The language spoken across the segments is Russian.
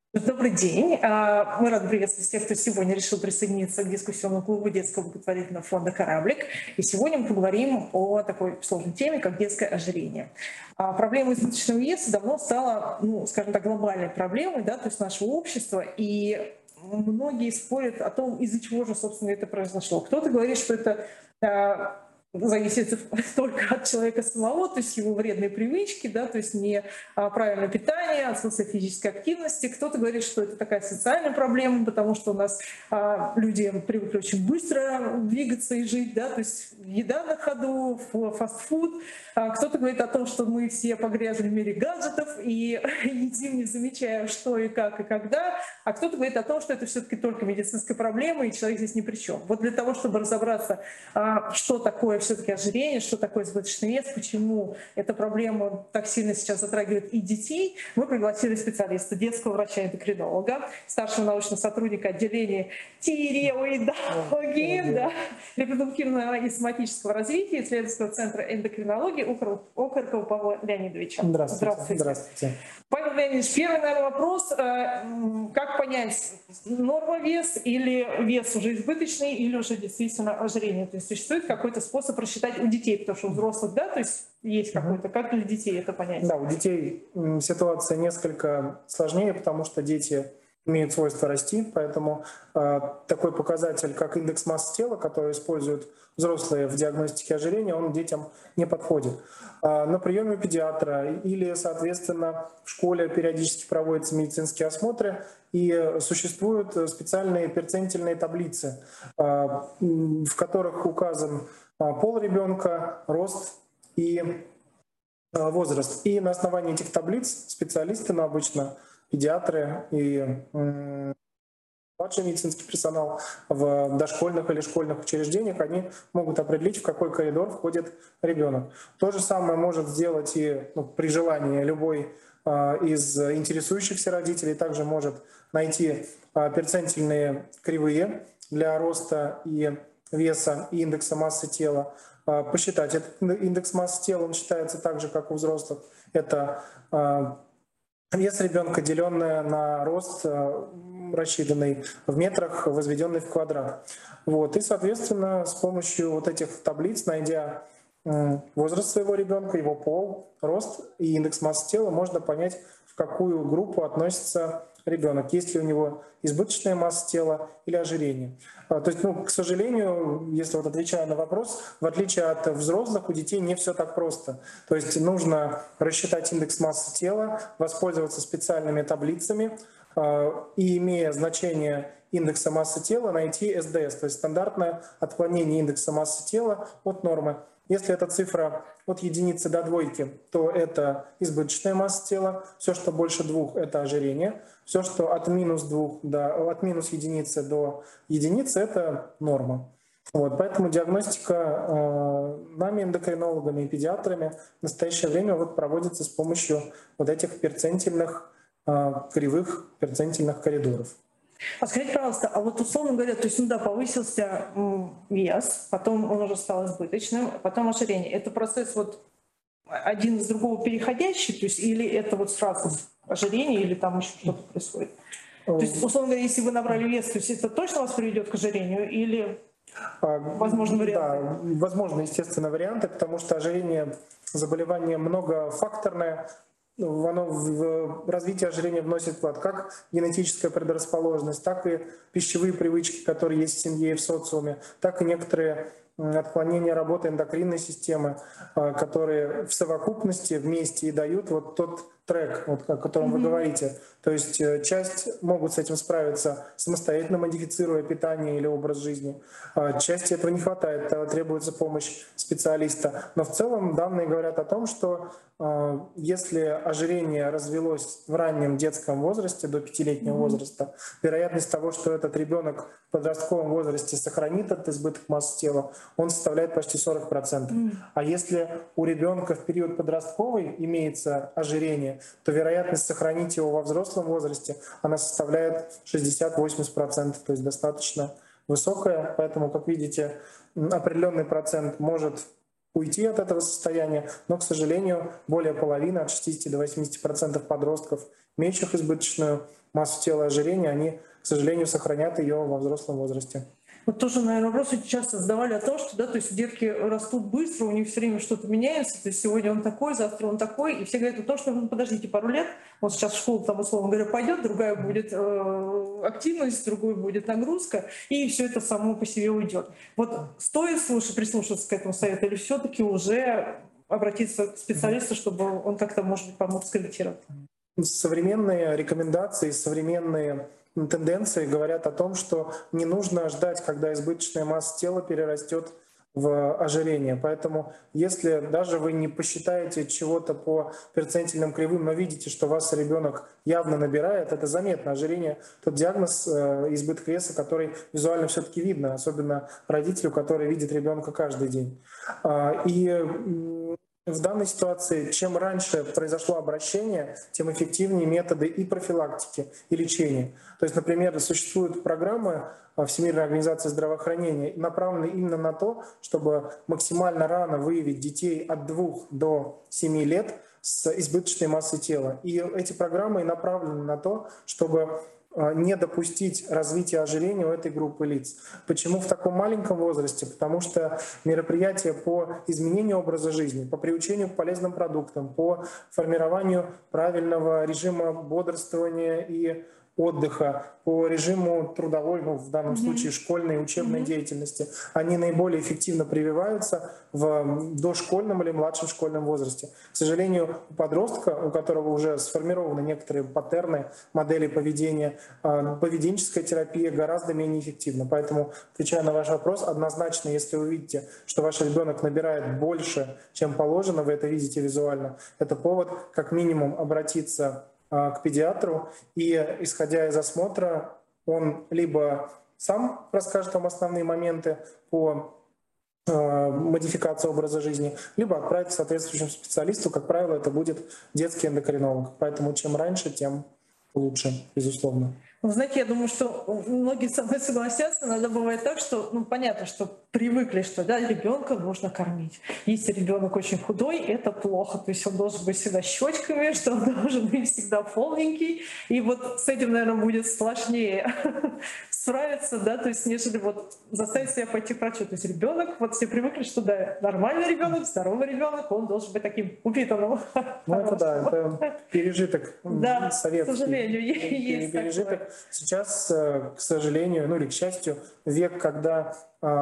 Добрый день. Мы рады приветствовать всех, кто сегодня решил присоединиться к дискуссионному клубу детского благотворительного фонда «Кораблик». И сегодня мы поговорим о такой сложной теме, как детское ожирение. Проблема избыточного веса давно стала, скажем так, глобальной проблемой, да, то есть нашего общества. И многие спорят о том, из-за чего же, собственно, это произошло. Кто-то говорит, что это зависит только от человека самого, то есть его вредные привычки, да, то есть не правильное питание, отсутствие физической активности. Кто-то говорит, что это такая социальная проблема, потому что у нас люди привыкли очень быстро двигаться и жить, да, то есть еда на ходу, фастфуд. Кто-то говорит о том, что мы все погрязли в мире гаджетов и едим, не замечая, что и как и когда. А кто-то говорит о том, что это все-таки только медицинская проблема, и человек здесь ни при чем. Вот для того, чтобы разобраться, что такое все-таки ожирение, что такое избыточный вес, почему эта проблема так сильно сейчас затрагивает и детей, мы пригласили специалиста, детского врача-эндокринолога, старшего научного сотрудника отделения тиреоидологии, репродуктивного и соматического развития исследовательского центра эндокринологии Окоркова Павла Леонидовича. Здравствуйте. Здравствуйте. Павел Леонидович, первый, наверное, вопрос. Как понять, норма вес или вес уже избыточный, или уже действительно ожирение? То есть существует какой-то способ рассчитать у детей, потому что у взрослых, да, то есть есть какой-то, как для детей это понять? Да, у детей ситуация несколько сложнее, потому что дети имеют свойство расти, поэтому такой показатель, как индекс массы тела, который используют взрослые в диагностике ожирения, он детям не подходит. На приеме у педиатра или, соответственно, в школе периодически проводятся медицинские осмотры, и существуют специальные перцентильные таблицы, в которых указан пол ребенка, рост и возраст. И на основании этих таблиц специалисты, но обычно педиатры и младший медицинский персонал в дошкольных или школьных учреждениях, они могут определить, в какой коридор входит ребенок. То же самое может сделать и при желании любой из интересующихся родителей. Также может найти перцентильные кривые для роста и веса и индекса массы тела, посчитать этот индекс массы тела, он считается так же, как у взрослых. Это вес ребенка, деленное на рост, рассчитанный в метрах, возведенный в квадрат. Вот. И, соответственно, с помощью вот этих таблиц, найдя возраст своего ребенка, его пол, рост и индекс массы тела, можно понять, в какую группу относится ребенок, есть ли у него избыточная масса тела или ожирение. То есть, к сожалению, если вот отвечая на вопрос, в отличие от взрослых, у детей не все так просто. То есть нужно рассчитать индекс массы тела, воспользоваться специальными таблицами и, имея значение индекса массы тела, найти СДС, то есть стандартное отклонение индекса массы тела от нормы. Если эта цифра от единицы до двойки, то это избыточная масса тела. Все, что больше 2, это ожирение. Все, что от минус единицы до единицы, это норма. Вот, поэтому диагностика нами, эндокринологами и педиатрами, в настоящее время проводится с помощью вот этих перцентильных кривых, перцентильных коридоров. А скажите, пожалуйста, а вот условно говоря, то есть, повысился вес, потом он уже стал избыточным, потом ожирение. Это процесс один из другого переходящий, то есть или это сразу ожирение, или там еще что-то происходит? То есть, условно говоря, если вы набрали вес, то есть это точно вас приведет к ожирению или возможны варианты? Да, возможны, естественно, варианты, потому что ожирение — заболевание многофакторное. Оно в развитие ожирения вносит вклад как генетическая предрасположенность, так и пищевые привычки, которые есть в семье и в социуме, так и некоторые отклонения работы эндокринной системы, которые в совокупности вместе и дают тот трек, о котором вы говорите. То есть часть могут с этим справиться самостоятельно, модифицируя питание или образ жизни. Части этого не хватает, требуется помощь специалиста. Но в целом данные говорят о том, что если ожирение развелось в раннем детском возрасте, до 5-летнего возраста, вероятность того, что этот ребенок в подростковом возрасте сохранит этот избыток массы тела, он составляет почти 40%. А если у ребенка в период подростковый имеется ожирение, то вероятность сохранить его во взрослом возрасте, она составляет 60-80%, то есть достаточно высокая. Поэтому, как видите, определенный процент может уйти от этого состояния, но, к сожалению, более половины, от 60 до 80% подростков, имеющих избыточную массу тела и ожирения, они, к сожалению, сохранят ее во взрослом возрасте. Вот тоже, наверное, вопросы часто задавали о том, что, да, то есть детки растут быстро, у них все время что-то меняется, то есть сегодня он такой, завтра он такой, и все говорят о том, что, ну, подождите пару лет, он сейчас в школу, там, условно говоря, пойдет, другая будет активность, другой будет нагрузка, и все это само по себе уйдет. Вот стоит прислушаться к этому совету, или все-таки уже обратиться к специалисту, чтобы он как-то, может быть, помог скорректировать? Современные рекомендации, современные тенденции говорят о том, что не нужно ждать, когда избыточная масса тела перерастет в ожирение. Поэтому если даже вы не посчитаете чего-то по перцентильным кривым, но видите, что ваш ребенок явно набирает, это заметно. Ожирение — тот диагноз избыток веса, который визуально все-таки видно, особенно родителю, который видит ребенка каждый день. И в данной ситуации, чем раньше произошло обращение, тем эффективнее методы и профилактики, и лечения. То есть, например, существуют программы Всемирной организации здравоохранения, направленные именно на то, чтобы максимально рано выявить детей от 2 до 7 лет с избыточной массой тела. И эти программы направлены на то, чтобы не допустить развития ожирения у этой группы лиц. Почему в таком маленьком возрасте? Потому что мероприятия по изменению образа жизни, по приучению к полезным продуктам, по формированию правильного режима бодрствования и отдыха, по режиму трудовой, ну, в данном случае школьной и учебной деятельности, они наиболее эффективно прививаются в дошкольном или младшем школьном возрасте. К сожалению, у подростка, у которого уже сформированы некоторые паттерны, модели поведения, поведенческая терапия гораздо менее эффективна. Поэтому, отвечая на ваш вопрос, однозначно, если вы видите, что ваш ребенок набирает больше, чем положено, вы это видите визуально, это повод как минимум обратиться к педиатру, и, исходя из осмотра, он либо сам расскажет вам основные моменты по модификации образа жизни, либо отправить к соответствующему специалисту. Как правило, это будет детский эндокринолог. Поэтому чем раньше, тем лучше, безусловно. Вы знаете, я думаю, что многие со мной согласятся. Иногда бывает так, что, ну, понятно, что привыкли, что, да, ребенка нужно кормить. Если ребенок очень худой, это плохо. То есть он должен быть всегда щечками, что он должен быть всегда полненький. И вот с этим, наверное, будет сложнее справиться, да, то есть нежели вот заставить себя пойти к врачу. То есть ребенок, вот все привыкли, что, да, нормальный ребенок, здоровый ребенок, он должен быть таким упитанным. Ну, это да, это пережиток советский. К сожалению, есть пережиток. Сейчас, к сожалению, ну или к счастью, век, когда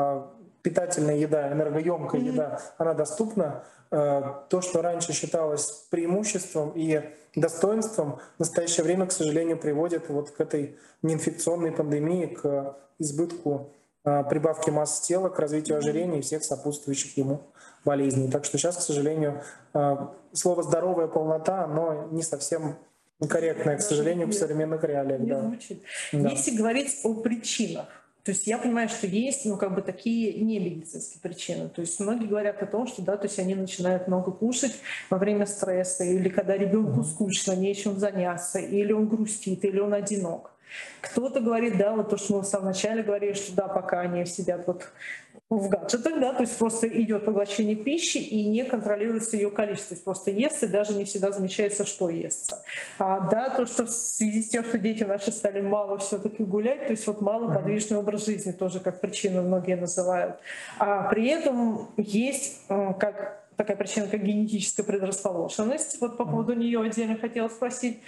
питательная еда, энергоемкая еда, она доступна. То, что раньше считалось преимуществом и достоинством, в настоящее время, к сожалению, приводит вот к этой неинфекционной пандемии, к избытку прибавки массы тела, к развитию ожирения и всех сопутствующих ему болезней. Так что сейчас, к сожалению, слово «здоровая полнота», оно не совсем корректное, к сожалению, в современных реалиях. Да. Да. Если говорить о причинах, то есть я понимаю, что есть, ну, как бы такие немедицинские причины. То есть многие говорят о том, что, да, то есть они начинают много кушать во время стресса, или когда ребенку скучно, нечем заняться, или он грустит, или он одинок. Кто-то говорит, да, вот то, что мы в самом начале говорили, что да, пока они сидят вот в гаджетах, да, то есть просто идет поглощение пищи и не контролируется ее количество, то есть просто ест и даже не всегда замечается, что естся. Да, то, что в связи с тем, что дети наши стали мало все-таки гулять, то есть вот малоподвижный образ жизни тоже как причину многие называют. А при этом есть как такая причина, как генетическая предрасположенность. Вот по поводу нее отдельно хотела спросить.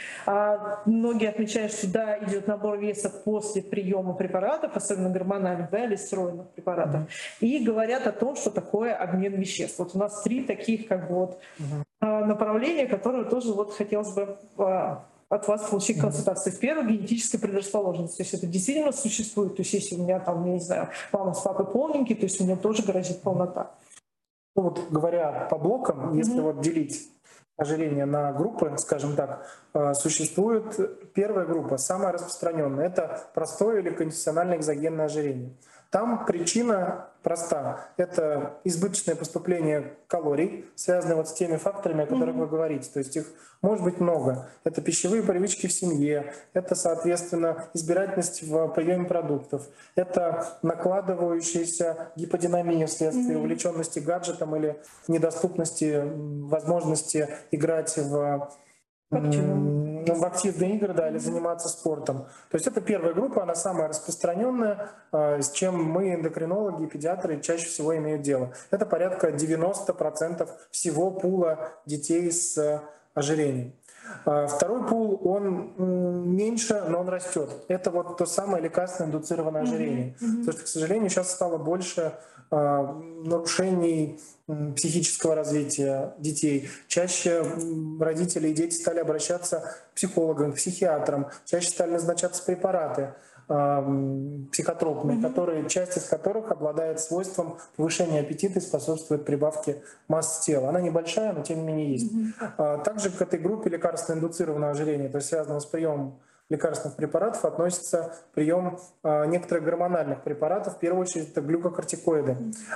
Многие отмечают, что да, идет набор веса после приема препаратов, особенно гормональных, да, или стероидных препаратов, и говорят о том, что такое обмен веществ. Вот у нас 3 таких как бы вот направления, которые тоже вот хотелось бы от вас получить консультацию. Первое — генетическая предрасположенность. То есть это действительно существует. То есть если у меня там, я не знаю, мама с папой полненькие, то есть у меня тоже грозит полнота. Ну, вот говоря по блокам, если вот делить ожирение на группы, скажем так, существует первая группа, самая распространенная. Это простое или кондициональное экзогенное ожирение. Там причина проста. Это избыточное поступление калорий, связанное вот с теми факторами, о которых вы говорите. То есть их может быть много. Это пищевые привычки в семье, это, соответственно, избирательность в приеме продуктов, это накладывающаяся гиподинамия вследствие увлеченности гаджетом или недоступности возможности играть в активные игры, да, или заниматься спортом. То есть это первая группа, она самая распространенная, с чем мы, эндокринологи и педиатры, чаще всего имеют дело. Это порядка 90% всего пула детей с ожирением. Второй пул, он меньше, но он растет. Это вот то самое лекарственно-индуцированное ожирение. Потому что, к сожалению, сейчас стало больше нарушений психического развития детей. Чаще родители и дети стали обращаться к психологам, к психиатрам, чаще стали назначаться препараты психотропные, часть из которых обладает свойством повышения аппетита и способствует прибавке массы тела. Она небольшая, но тем не менее есть. Также к этой группе лекарственно-индуцированного ожирения, то есть связанного с приемом лекарственных препаратов, относится прием некоторых гормональных препаратов, в первую очередь это глюкокортикоиды,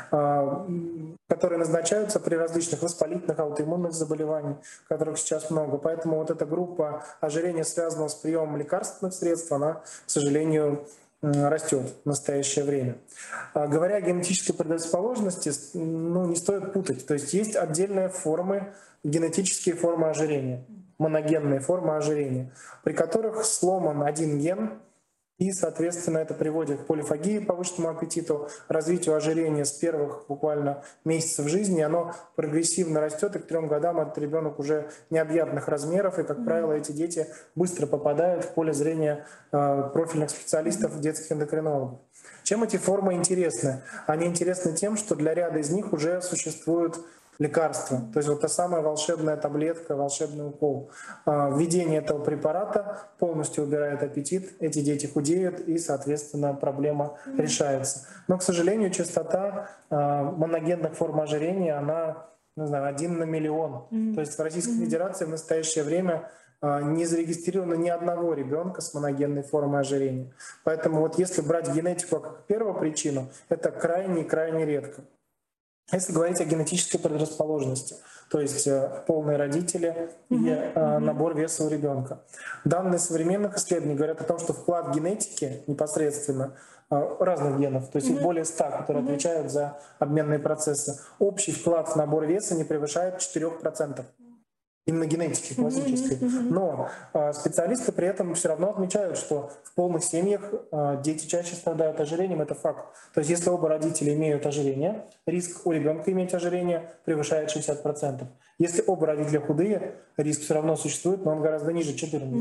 которые назначаются при различных воспалительных, аутоиммунных заболеваниях, которых сейчас много. Поэтому вот эта группа ожирения, связанного с приемом лекарственных средств, она, к сожалению, растет в настоящее время. Говоря о генетической предрасположенности, не стоит путать. То есть есть отдельные формы, генетические формы ожирения, моногенные формы ожирения, при которых сломан один ген, и, соответственно, это приводит к полифагии, повышенному аппетиту, развитию ожирения с первых буквально месяцев жизни. Оно прогрессивно растет, и к 3 годам этот ребенок уже необъятных размеров, и, как правило, эти дети быстро попадают в поле зрения профильных специалистов, детских эндокринологов. Чем эти формы интересны? Они интересны тем, что для ряда из них уже существуют лекарства. То есть вот та самая волшебная таблетка, волшебный укол. Введение этого препарата полностью убирает аппетит, эти дети худеют, и, соответственно, проблема решается. Но, к сожалению, частота моногенных форм ожирения, она, 1 на миллион. То есть в Российской Федерации в настоящее время не зарегистрировано ни одного ребенка с моногенной формой ожирения. Поэтому вот если брать генетику как первопричину, это крайне редко. Если говорить о генетической предрасположенности, то есть полные родители и набор веса у ребенка. Данные современных исследований говорят о том, что вклад генетики непосредственно разных генов, то есть их более 100, которые отвечают за обменные процессы, общий вклад в набор веса не превышает 4%. Именно генетики классической. Но специалисты при этом все равно отмечают, что в полных семьях дети чаще страдают ожирением, это факт. То есть если оба родителя имеют ожирение, риск у ребенка иметь ожирение превышает 60%. Если оба родителя худые, риск все равно существует, но он гораздо ниже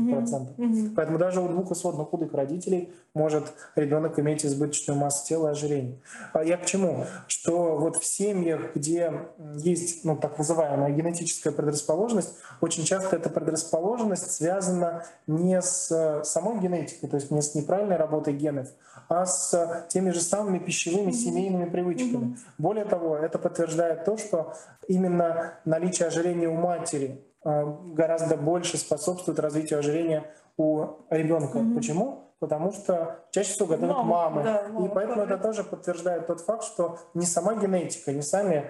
14%. Поэтому даже у 2 исходно худых родителей может ребенок иметь избыточную массу тела и ожирение. Я к чему? Что вот в семьях, где есть так называемая генетическая предрасположенность, очень часто эта предрасположенность связана не с самой генетикой, то есть не с неправильной работой генов, а с теми же самыми пищевыми семейными привычками. Более того, это подтверждает то, что именно наличие ожирения у матери гораздо больше способствует развитию ожирения у ребенка. Почему? Потому что чаще всего готовят мамы. Да, и поэтому это тоже подтверждает тот факт, что не сама генетика, не сами,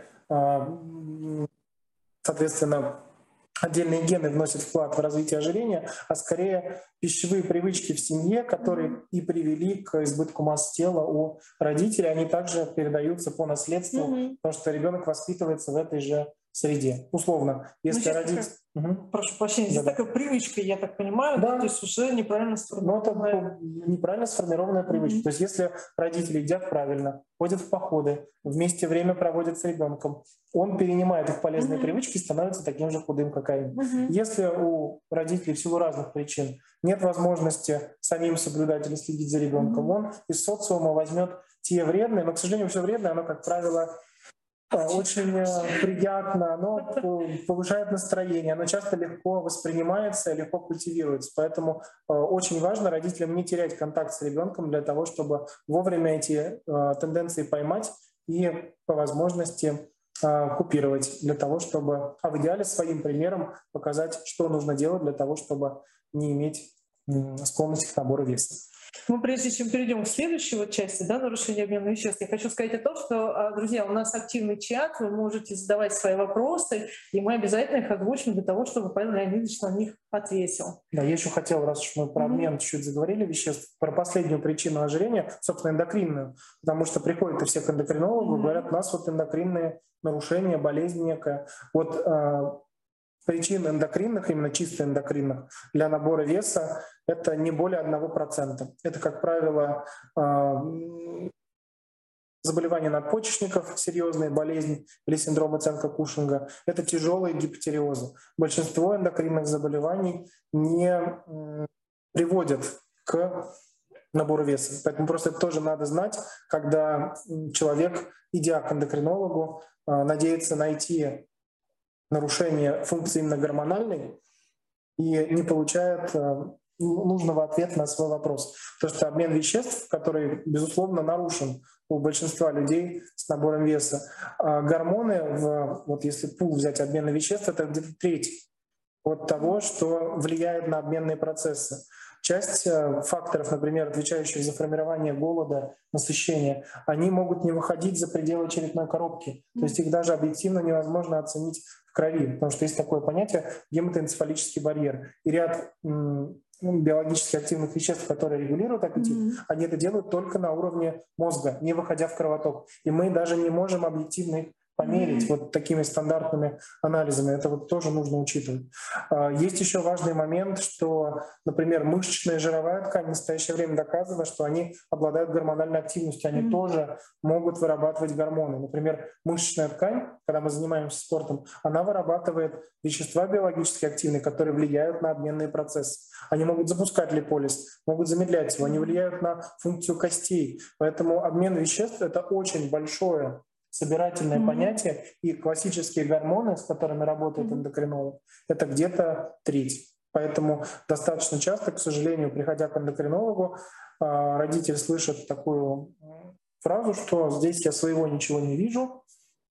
соответственно, отдельные гены вносят вклад в развитие ожирения, а скорее пищевые привычки в семье, которые и привели к избытку массы тела у родителей, они также передаются по наследству, потому что ребенок воспитывается в этой же среде. Условно, если родитель... Прошу прощения, здесь такая привычка, я так понимаю, да? То есть уже неправильно сформированная... это неправильно сформированная привычка. То есть если родители едят правильно, ходят в походы, вместе время проводят с ребенком, он перенимает их полезные привычки и становится таким же худым, как они. Если у родителей в силу разных причин нет возможности самим соблюдать или следить за ребенком, он из социума возьмет те вредные, но, к сожалению, все вредное, оно, как правило, очень приятно, оно повышает настроение, оно часто легко воспринимается, легко культивируется. Поэтому очень важно родителям не терять контакт с ребенком для того, чтобы вовремя эти тенденции поймать и по возможности купировать, для того, чтобы, в идеале своим примером показать, что нужно делать для того, чтобы не иметь склонности к набору веса. Мы прежде чем перейдем к следующей вот части, да, нарушения обмена веществ, я хочу сказать о том, что, друзья, у нас активный чат, вы можете задавать свои вопросы, и мы обязательно их озвучим для того, чтобы Павел Леонидович на них ответил. Да, я еще хотел, раз уж мы про обмен чуть-чуть заговорили веществ, про последнюю причину ожирения, собственно, эндокринную, потому что приходят и все к эндокринологу, говорят, у нас вот эндокринные нарушения, болезнь некая. Вот причин эндокринных, именно чисто эндокринных, для набора веса это не более 1%. Это, как правило, заболевания надпочечников, серьезные болезни или синдром Эценко-Кушинга. Это тяжелые гипотереозы. Большинство эндокринных заболеваний не приводят к набору веса. Поэтому просто это тоже надо знать, когда человек, идя к эндокринологу, надеется найти нарушение функции именно гормональной и не получает нужного ответа на свой вопрос. Потому что обмен веществ, который, безусловно, нарушен у большинства людей с набором веса. Гормоны, вот если пул взять обмена веществ, это где-то треть от того, что влияет на обменные процессы. Часть факторов, например, отвечающих за формирование голода, насыщения, они могут не выходить за пределы черепной коробки. То есть их даже объективно невозможно оценить в крови, потому что есть такое понятие гематоэнцефалический барьер. И ряд биологически активных веществ, которые регулируют аппетит, они это делают только на уровне мозга, не выходя в кровоток. И мы даже не можем объективно их померить вот такими стандартными анализами. Это вот тоже нужно учитывать. Есть еще важный момент, что, например, мышечная и жировая ткань в настоящее время доказано, что они обладают гормональной активностью, они тоже могут вырабатывать гормоны. Например, мышечная ткань, когда мы занимаемся спортом, она вырабатывает вещества биологически активные, которые влияют на обменные процессы. Они могут запускать липолиз, могут замедлять его, они влияют на функцию костей. Поэтому обмен веществ — это очень большое собирательное понятие, и классические гормоны, с которыми работает эндокринолог, это где-то треть. Поэтому достаточно часто, к сожалению, приходя к эндокринологу, родитель слышит такую фразу, что здесь я своего ничего не вижу,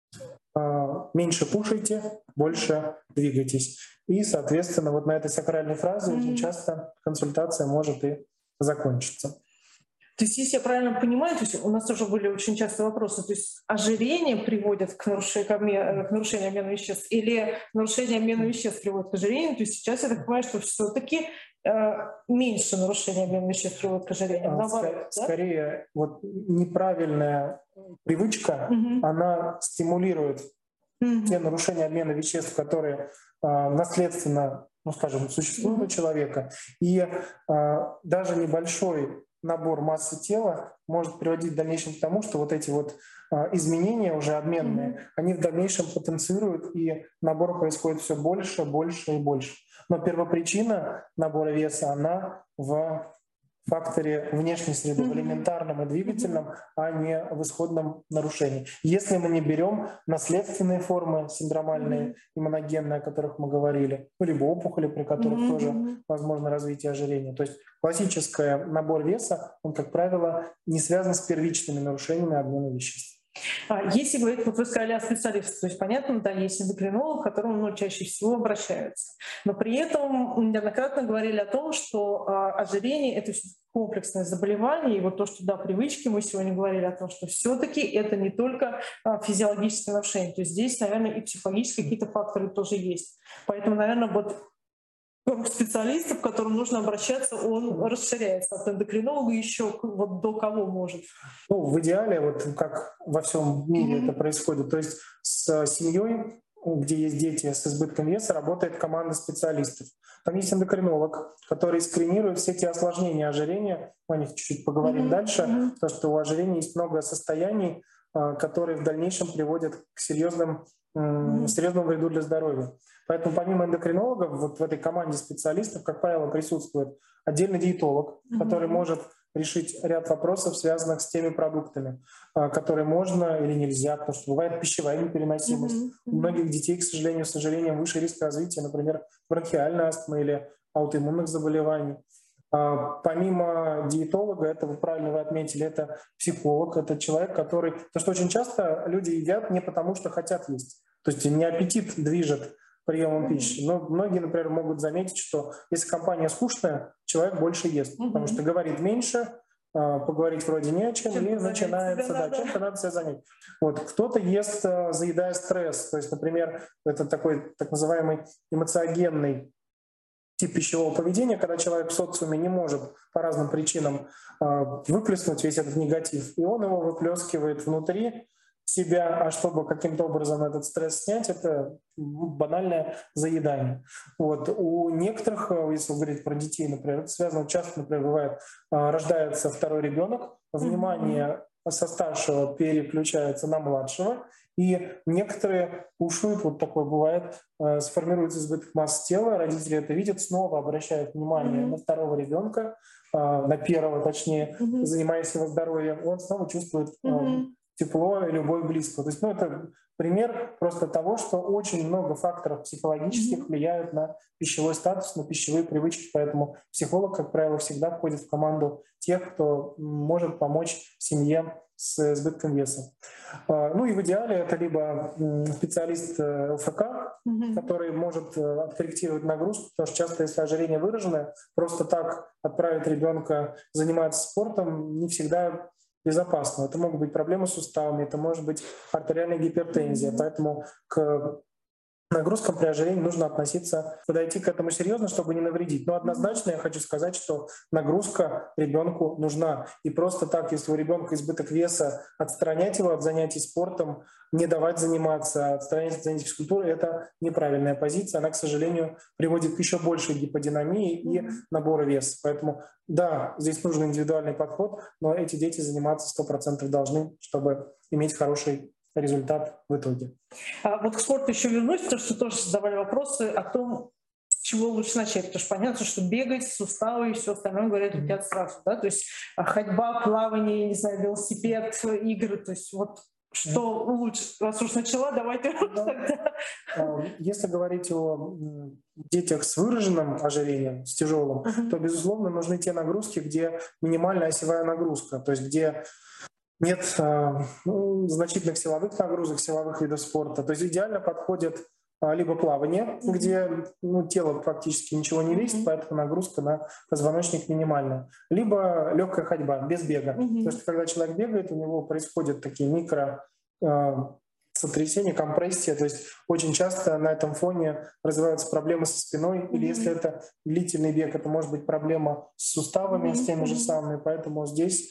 меньше кушайте, больше двигайтесь. И, соответственно, вот на этой сакральной фразе очень часто консультация может и закончиться. То есть, если я правильно понимаю, то есть у нас тоже были очень часто вопросы, то есть ожирение приводит к нарушению обмена веществ или нарушение обмена веществ приводит к ожирению? То есть сейчас я так понимаю, что все-таки меньше нарушения обмена веществ приводит к ожирению. Наоборот, скорее, вот неправильная привычка, она стимулирует те нарушения обмена веществ, которые наследственно, ну, скажем, существуют у человека. И даже небольшой набор массы тела может приводить в дальнейшем к тому, что вот эти вот изменения уже обменные, они в дальнейшем потенцируют, и набор происходит все больше, больше и больше. Но первопричина набора веса, она в факторе внешней среды, в элементарном и двигательном, а не в исходном нарушении. Если мы не берем наследственные формы синдромальные и моногенные, о которых мы говорили, ну, либо опухоли, при которых тоже возможно развитие ожирения. То есть классический набор веса, он, как правило, не связан с первичными нарушениями обмена веществ. Если говорить, вот вы сказали о специалистах, то есть понятно, да, есть эндокринолог, к которому чаще всего обращаются. Но при этом неоднократно говорили о том, что ожирение — это комплексное заболевание, и вот то, что, да, привычки, мы сегодня говорили о том, что все-таки это не только физиологические нарушения, то есть здесь, наверное, и психологические какие-то факторы тоже есть. Поэтому, наверное, вот круг специалистов, к которым нужно обращаться, он расширяется от эндокринолога еще вот до кого может. Ну, в идеале, вот как во всем мире это происходит, то есть с семьей, где есть дети с избытком веса, работает команда специалистов. Там есть эндокринолог, который скринирует все те осложнения ожирения. Мы о них чуть-чуть поговорим дальше, потому что у ожирения есть много состояний, которые в дальнейшем приводят к серьезному вреду для здоровья. Поэтому помимо эндокринологов вот в этой команде специалистов, как правило, присутствует отдельный диетолог, который может решить ряд вопросов, связанных с теми продуктами, которые можно или нельзя, потому что бывает пищевая непереносимость. У многих детей, к сожалению, с ожирением выше риск развития, например, бронхиальной астмы или аутоиммунных заболеваний. Помимо диетолога, это вы правильно отметили, это психолог, это человек, который... Потому что очень часто люди едят не потому, что хотят есть. То есть не аппетит движет приемом пищи. Но многие, например, могут заметить, что если компания скучная, человек больше ест, потому что говорит меньше, поговорить вроде не о чем, и начинается, да, чем-то надо себя занять. Вот. Кто-то ест, заедая стресс. То есть, например, это такой так называемый эмоциогенный тип пищевого поведения, когда человек в социуме не может по разным причинам выплеснуть весь этот негатив, и он его выплескивает внутри себя, а чтобы каким-то образом этот стресс снять, это банальное заедание. Вот. У некоторых, если говорить про детей, например, это связано часто, например, бывает, рождается второй ребенок, внимание со старшего переключается на младшего, и некоторые кушают, вот такое бывает, сформируется избыток массы тела, родители это видят, снова обращают внимание на второго ребенка, на первого точнее, занимаясь его здоровьем, он снова чувствует тепло и любовь близкого. То есть, это пример просто того, что очень много факторов психологических влияют на пищевой статус, на пищевые привычки, поэтому психолог, как правило, всегда входит в команду тех, кто может помочь семье с избытком веса. Ну и в идеале это либо специалист ЛФК, который может откорректировать нагрузку, потому что часто, если ожирение выраженное, просто так отправить ребенка заниматься спортом не всегда безопасно. Это могут быть проблемы с суставами, это может быть артериальная гипертензия, поэтому к нагрузкам при ожирении нужно подойти к этому серьезно, чтобы не навредить. Но однозначно я хочу сказать, что нагрузка ребенку нужна. И просто так, если у ребенка избыток веса, отстранять его от занятий спортом, не давать заниматься, отстранять от занятий физкультурой — это неправильная позиция. Она, к сожалению, приводит к еще большей гиподинамии и набору веса. Поэтому да, здесь нужен индивидуальный подход, но эти дети заниматься 100% должны, чтобы иметь хороший результат в итоге. Вот к спорту еще вернусь, потому что тоже задавали вопросы о том, с чего лучше начать. Потому что понятно, что бегать, суставы и все остальное, говорят, летят сразу. Да? То есть ходьба, плавание, не знаю, велосипед, игры. То есть вот что лучше? Раз уж начала, давайте тогда. Если говорить о детях с выраженным ожирением, с тяжелым, то, безусловно, нужны те нагрузки, где минимальная осевая нагрузка, то есть где нет значительных силовых нагрузок, силовых видов спорта. То есть идеально подходит либо плавание, где тело практически ничего не весит, поэтому нагрузка на позвоночник минимальная, либо легкая ходьба без бега. Потому что когда человек бегает, у него происходят такие сотрясения, компрессия, то есть очень часто на этом фоне развиваются проблемы со спиной, или если это длительный бег, это может быть проблема с суставами, с теми же самыми, поэтому здесь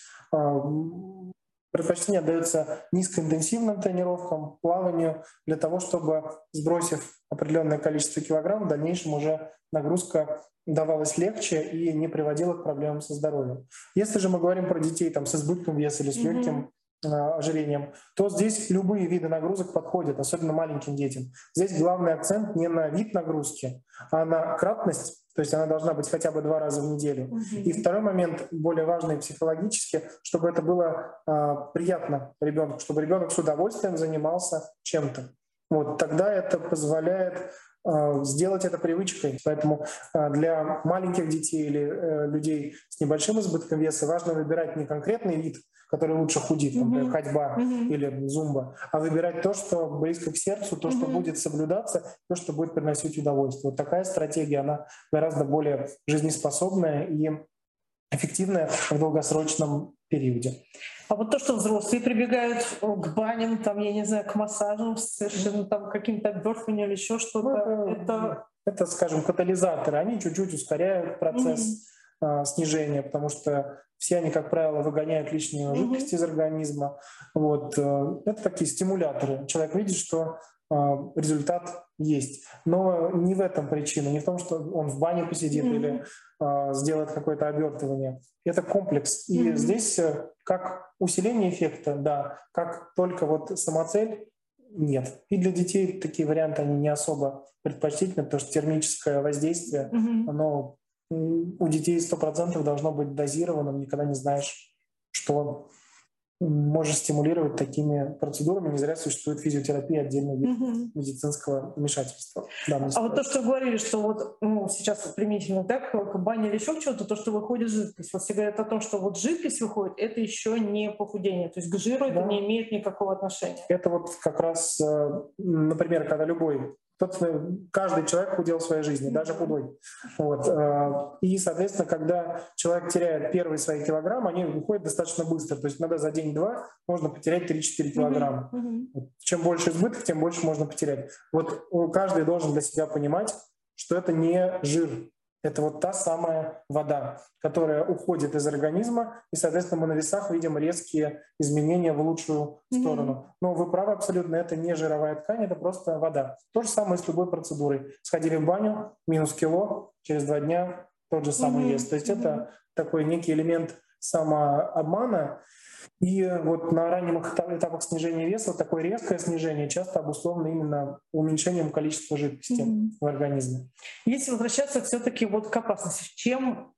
предпочтение отдается низкоинтенсивным тренировкам, плаванию, для того, чтобы, сбросив определенное количество килограмм, в дальнейшем уже нагрузка давалась легче и не приводила к проблемам со здоровьем. Если же мы говорим про детей с избытком веса или с легким ожирением, то здесь любые виды нагрузок подходят, особенно маленьким детям. Здесь главный акцент не на вид нагрузки, а на кратность, то есть она должна быть хотя бы 2 раза в неделю. И второй момент, более важный психологически, чтобы это было приятно ребенку, чтобы ребенок с удовольствием занимался чем-то. Вот тогда это позволяет сделать это привычкой. Поэтому для маленьких детей или людей с небольшим избытком веса важно выбирать не конкретный вид, который лучше худит, например, ходьба или зумба, а выбирать то, что близко к сердцу, то, что будет соблюдаться, то, что будет приносить удовольствие. Вот такая стратегия, она гораздо более жизнеспособная и эффективная в долгосрочном периоде. А вот то, что взрослые прибегают к баням, я не знаю, к массажам, совершенно каким-то обвертыванием или еще что-то, это, скажем, катализаторы. Они чуть-чуть ускоряют процесс снижения, потому что все они, как правило, выгоняют лишнюю жидкость из организма. Вот. Это такие стимуляторы. Человек видит, что результат есть. Но не в этом причина, не в том, что он в бане посидит или сделает какое-то обертывание. Это комплекс. И здесь как усиление эффекта, да, как только самоцель, нет. И для детей такие варианты, они не особо предпочтительны, потому что термическое воздействие, оно у детей 100% должно быть дозированным, никогда не знаешь, что можешь стимулировать такими процедурами. Не зря существует физиотерапия, отдельный вид медицинского вмешательства. А вот то, что вы говорили, что сейчас применительно к бане или еще чего-то, то, что выходит жидкость. Вот все говорят о том, что жидкость выходит, это еще не похудение. То есть к жиру это не имеет никакого отношения. Это как раз, например, когда любой каждый человек худел в своей жизни, даже худой. Вот. И, соответственно, когда человек теряет первые свои килограммы, они уходят достаточно быстро. То есть иногда за день-два можно потерять 3-4 килограмма. Чем больше избыток, тем больше можно потерять. Вот каждый должен для себя понимать, что это не жир. Это вот та самая вода, которая уходит из организма, и, соответственно, мы на весах видим резкие изменения в лучшую сторону. Но вы правы абсолютно, это не жировая ткань, это просто вода. То же самое с любой процедурой. Сходили в баню, минус кило, через 2 дня тот же самый вес. То есть это такой некий элемент самообмана. И вот на ранних этапах снижения веса вот такое резкое снижение часто обусловлено именно уменьшением количества жидкости в организме. Если возвращаться все-таки вот к опасности, чем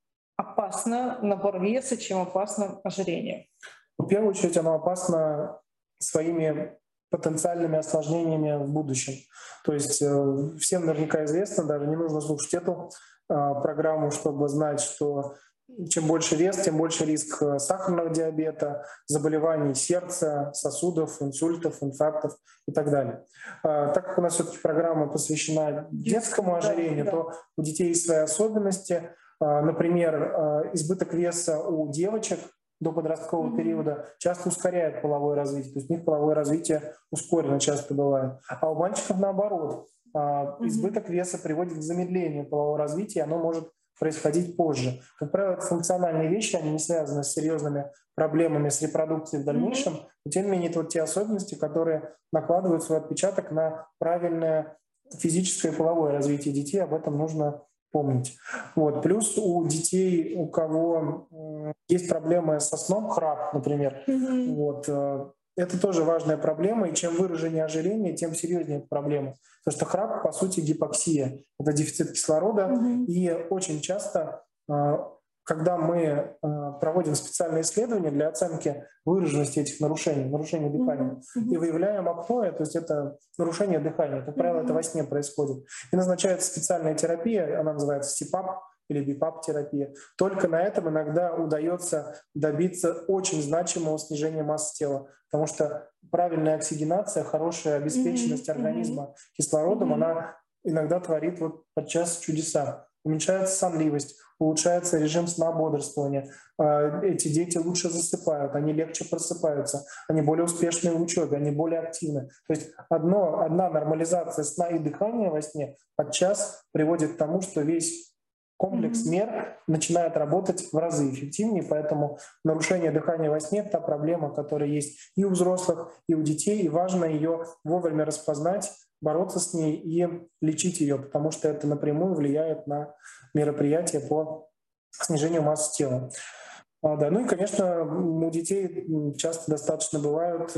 опасно набор веса, чем опасно ожирение? В первую очередь оно опасно своими потенциальными осложнениями в будущем. То есть всем наверняка известно, даже не нужно слушать эту программу, чтобы знать, что чем больше вес, тем больше риск сахарного диабета, заболеваний сердца, сосудов, инсультов, инфарктов и так далее. Так как у нас все-таки программа посвящена детскому ожирению, то у детей есть свои особенности. Например, избыток веса у девочек до подросткового периода часто ускоряет половое развитие. То есть у них половое развитие ускорено часто бывает. А у мальчиков наоборот. Избыток веса приводит к замедлению полового развития, оно может происходить позже. Как правило, это функциональные вещи, они не связаны с серьезными проблемами с репродукцией в дальнейшем, но тем не менее это вот те особенности, которые накладывают свой отпечаток на правильное физическое и половое развитие детей, об этом нужно помнить. Вот. Плюс у детей, у кого есть проблемы со сном, храп, например, вот, это тоже важная проблема, и чем выраженнее ожирение, тем серьезнее эта проблема. Потому что храп, по сути, гипоксия, это дефицит кислорода, и очень часто, когда мы проводим специальные исследования для оценки выраженности этих нарушений дыхания, и выявляем апноэ, то есть это нарушение дыхания, как правило, это во сне происходит, и назначается специальная терапия, она называется СИПАП, или БИПАП-терапия. Только на этом иногда удается добиться очень значимого снижения массы тела, потому что правильная оксигенация, хорошая обеспеченность организма кислородом, она иногда творит вот подчас чудеса. Уменьшается сонливость, улучшается режим сна, бодрствования. Эти дети лучше засыпают, они легче просыпаются, они более успешны в учебе, они более активны. То есть одна нормализация сна и дыхания во сне подчас приводит к тому, что весь комплекс мер начинает работать в разы эффективнее, поэтому нарушение дыхания во сне — это та проблема, которая есть и у взрослых, и у детей, и важно ее вовремя распознать, бороться с ней и лечить ее, потому что это напрямую влияет на мероприятия по снижению массы тела. Да, ну и, конечно, у детей часто достаточно бывают,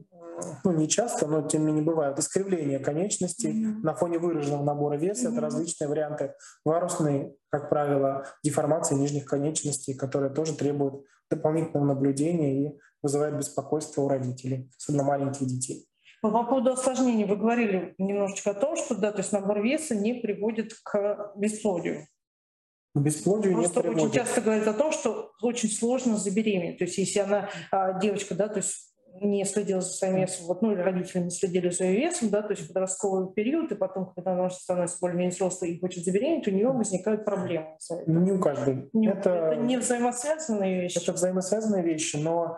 ну не часто, но тем не менее бывают искривления конечностей на фоне выраженного набора веса. Это различные варианты варусной, как правило, деформации нижних конечностей, которые тоже требуют дополнительного наблюдения и вызывают беспокойство у родителей, особенно маленьких детей. По поводу осложнений вы говорили немножечко о том, что да, то есть набор веса не приводит к бесплодию. К бесплодию Просто не приводит. очень часто говорят о том, что очень сложно забеременеть. То есть если она девочка, да, то есть не следила за своим весом, вот, ну или родители не следили за своим весом, да, то есть подростковый период, и потом, когда она уже становится более-менее взрослой и хочет забеременеть, у нее возникают проблемы. Не у каждой. Это не взаимосвязанные вещи. Это взаимосвязанные вещи, но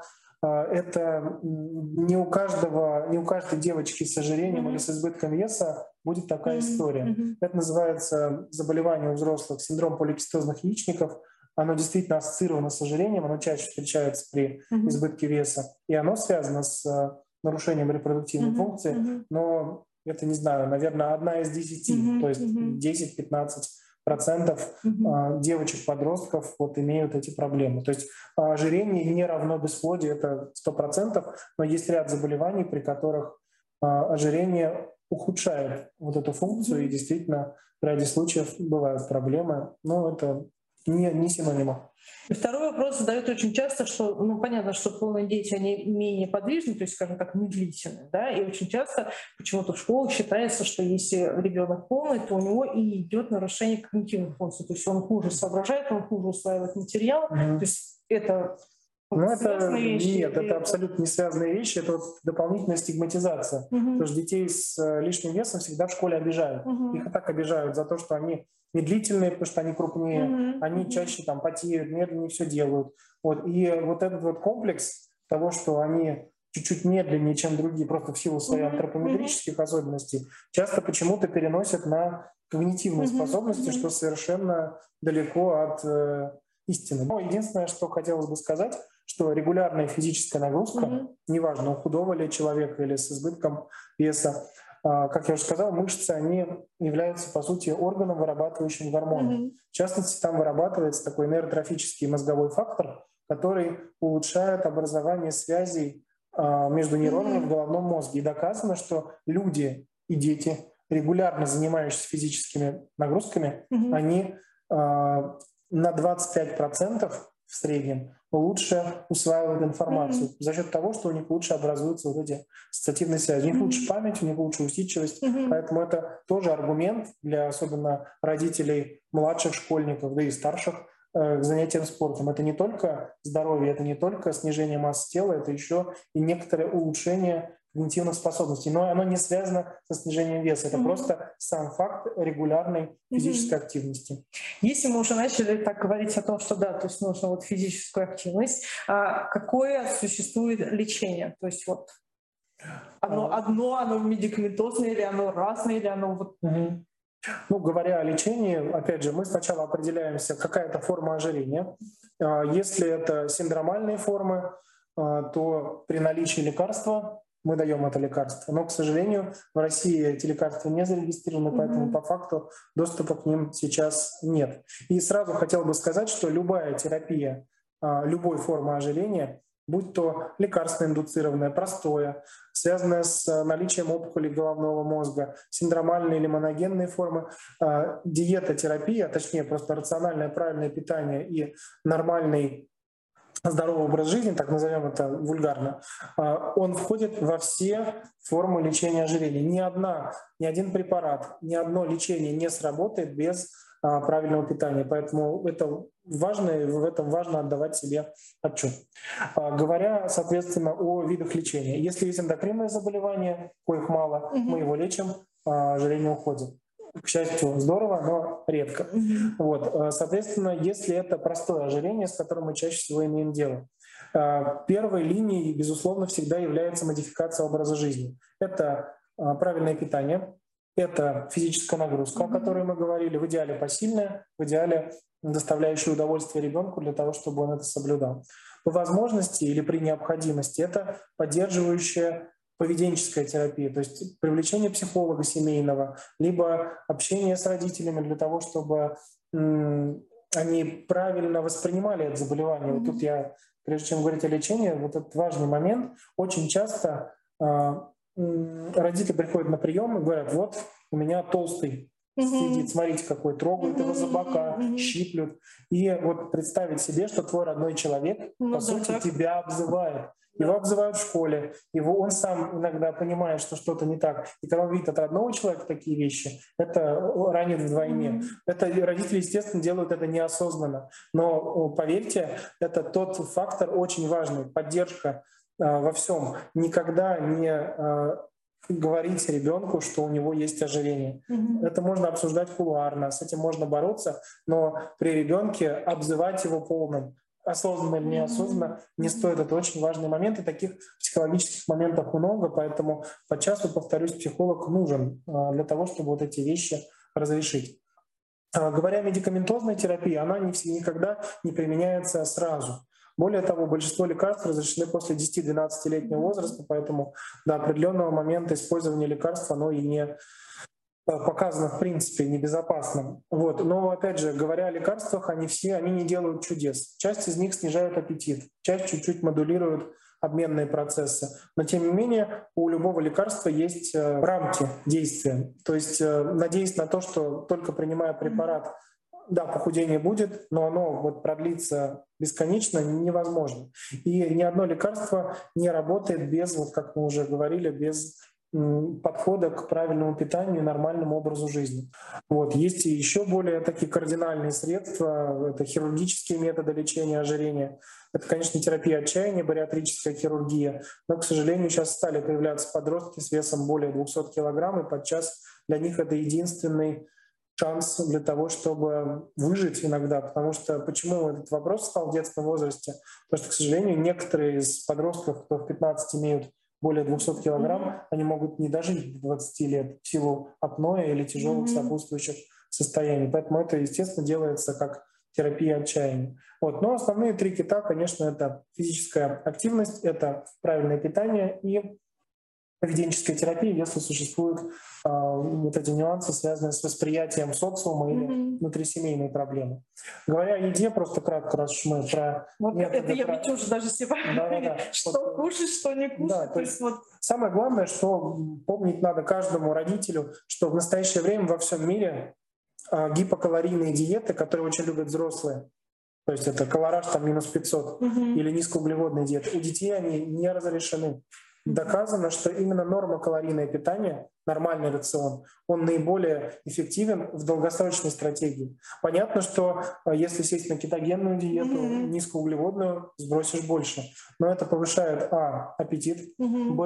это не у каждой девочки с ожирением или с избытком веса будет такая история. Это называется заболевание у взрослых, синдром поликистозных яичников. Оно действительно ассоциировано с ожирением, оно чаще встречается при избытке веса, и оно связано с нарушением репродуктивной функции, но это, не знаю, наверное, 1 из 10, то есть 10-15% девочек-подростков вот имеют эти проблемы. То есть ожирение не равно бесплодию, это 100%, но есть ряд заболеваний, при которых ожирение ухудшает вот эту функцию, и действительно в ряде случаев бывают проблемы, но это не синонимы. Второй вопрос задают очень часто, что, ну, понятно, что полные дети, они менее подвижны, то есть, скажем так, медлительны, да, и очень часто почему-то в школах считается, что если ребенок полный, то у него и идет нарушение когнитивных функций, то есть он хуже соображает, он хуже усваивает материал, то есть это Ну, это нет, это абсолютно не связанные вещи, это вот дополнительная стигматизация. Потому что детей с лишним весом всегда в школе обижают. Их и так обижают за то, что они медлительные, потому что они крупнее, они чаще там потеют, медленнее все делают. Вот. И вот этот вот комплекс того, что они чуть-чуть медленнее, чем другие, просто в силу своих антропометрических особенностей, часто почему-то переносят на когнитивные способности, что совершенно далеко от истины. Но единственное, что хотелось бы сказать, что регулярная физическая нагрузка, неважно, у худого ли человека или с избытком веса, как я уже сказал, мышцы, они являются, по сути, органом, вырабатывающим гормоны. В частности, там вырабатывается такой нейротрофический мозговой фактор, который улучшает образование связей между нейронами в головном мозге. И доказано, что люди и дети, регулярно занимающиеся физическими нагрузками, они на 25% в среднем лучше усваивают информацию за счет того, что у них лучше образуются вот эти ассоциативные связи. У них лучше память, у них лучше усидчивость. Поэтому это тоже аргумент для особенно родителей младших школьников, да и старших, к занятиям спортом. Это не только здоровье, это не только снижение массы тела, это еще и некоторое улучшение когнитивных способностей. Но оно не связано со снижением веса. Это просто сам факт регулярной физической активности. Если мы уже начали так говорить о том, что да, то есть нужно вот физическую активность, какое существует лечение? То есть вот оно медикаментозное, или оно разное, или оно вот... Ну, говоря о лечении, опять же, мы сначала определяемся, какая-то форма ожирения. Если это синдромальные формы, то при наличии лекарства мы даем это лекарство. Но, к сожалению, в России эти лекарства не зарегистрированы, поэтому по факту доступа к ним сейчас нет. И сразу хотел бы сказать, что любая терапия любой формы ожирения, будь то лекарственно-индуцированное, простое, связанное с наличием опухолей головного мозга, синдромальные или моногенные формы, диета-терапия, точнее просто рациональное правильное питание и нормальный здоровый образ жизни, так назовем это вульгарно, он входит во все формы лечения ожирения. Ни один препарат, ни одно лечение не сработает без правильного питания. Поэтому это важно, и в этом важно отдавать себе отчет. Говоря, соответственно, о видах лечения. Если есть эндокринное заболевание, коих мало, мы его лечим, ожирение уходит. К счастью, здорово, но редко. Вот. Соответственно, если это простое ожирение, с которым мы чаще всего имеем дело, первой линией, безусловно, всегда является модификация образа жизни. Это правильное питание, это физическая нагрузка, о которой мы говорили, в идеале посильная, в идеале доставляющая удовольствие ребенку для того, чтобы он это соблюдал. По возможности или при необходимости это поддерживающая поведенческая терапия, то есть привлечение психолога семейного, либо общение с родителями для того, чтобы они правильно воспринимали это заболевание. Вот тут я, прежде чем говорить о лечении, вот этот важный момент. Очень часто родители приходят на прием и говорят: вот у меня толстый сидит, смотрите, какой, трогают его за бока, щиплют. И вот представить себе, что твой родной человек, по сути, тебя обзывает. Его обзывают в школе, он сам иногда понимает, что что-то не так. И когда он видит от родного человека такие вещи, это ранит вдвойне. Это родители, естественно, делают это неосознанно. Но поверьте, это тот фактор очень важный, поддержка во всем. Никогда не говорить ребенку, что у него есть ожирение. Это можно обсуждать кулуарно, с этим можно бороться, но при ребенке обзывать его полным, осознанно или неосознанно, не стоит. Это очень важный момент, и таких психологических моментов много, поэтому подчас, повторюсь, психолог нужен для того, чтобы вот эти вещи разрешить. Говоря о медикаментозной терапии, она никогда не применяется сразу. Более того, большинство лекарств разрешены после 10-12-летнего возраста, поэтому до определенного момента использование лекарств оно и не показано в принципе небезопасным. Вот. Но опять же, говоря о лекарствах, они не делают чудес. Часть из них снижают аппетит, часть чуть-чуть модулируют обменные процессы. Но тем не менее у любого лекарства есть рамки действия. То есть надеясь на то, что только принимая препарат, да, похудение будет, но оно вот продлится бесконечно невозможно. И ни одно лекарство не работает без, вот как мы уже говорили, без подхода к правильному питанию и нормальному образу жизни. Вот. Есть и еще более такие кардинальные средства. Это хирургические методы лечения ожирения. Это, конечно, терапия отчаяния, бариатрическая хирургия. Но, к сожалению, сейчас стали появляться подростки с весом более 200 килограмм, и подчас для них это единственный шанс для того, чтобы выжить иногда. Потому что почему этот вопрос стал в детском возрасте? Потому что, к сожалению, некоторые из подростков, кто в 15 имеют более 200 килограмм, они могут не дожить до 20 лет в силу апноэ или тяжелых сопутствующих состояний. Поэтому это, естественно, делается как терапия отчаяния. Вот. Но основные три кита, конечно, это физическая активность, это правильное питание и поведенческая терапия, если существуют вот эти нюансы, связанные с восприятием социума или внутрисемейные проблемы. Говоря о еде, просто кратко, раз уж мы про вот методы... Это я ведь уже даже себя что кушать, что не кушать. Да, то есть самое главное, что помнить надо каждому родителю, что в настоящее время во всем мире гипокалорийные диеты, которые очень любят взрослые, то есть это колораж там минус 500 или низкоуглеводные диеты, у детей они не разрешены. Доказано, что именно нормокалорийное питание, нормальный рацион, он наиболее эффективен в долгосрочной стратегии. Понятно, что если сесть на кетогенную диету, низкоуглеводную, сбросишь больше. Но это повышает аппетит,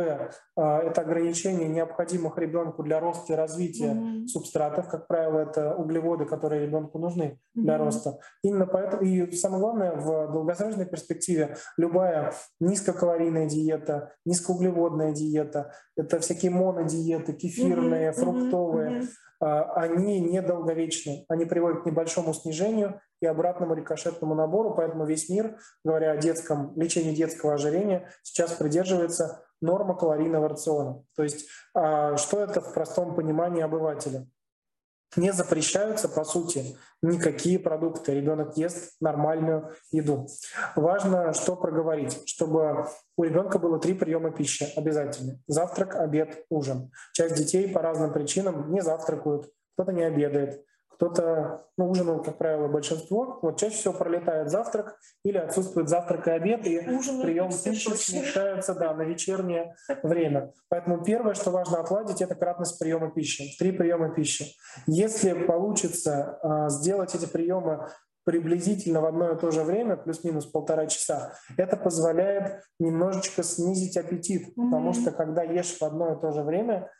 это ограничение необходимых ребенку для роста и развития субстратов, как правило, это углеводы, которые ребенку нужны для роста. Именно поэтому, и самое главное, в долгосрочной перспективе любая низкокалорийная диета, низкоуглеводная диета, это всякие монодиеты, кефирные, фруктовые, они недолговечны. Они приводят к небольшому снижению и обратному рикошетному набору, поэтому весь мир, говоря о детском лечении детского ожирения, сейчас придерживается нормокалорийного рациона. То есть что это в простом понимании обывателя? Не запрещаются, по сути, никакие продукты. Ребенок ест нормальную еду. Важно, что проговорить, чтобы у ребенка было 3 приема пищи обязательно. Завтрак, обед, ужин. Часть детей по разным причинам не завтракают, кто-то не обедает, кто-то, ужинает, как правило, большинство. Вот чаще всего пролетает завтрак или отсутствует завтрак и обед, и прием пищи смещается на вечернее время. Поэтому первое, что важно отладить, это кратность приема пищи. 3 приема пищи. Если получится сделать эти приемы приблизительно в одно и то же время, плюс-минус 1,5 часа, это позволяет немножечко снизить аппетит, потому что когда ешь в одно и то же время,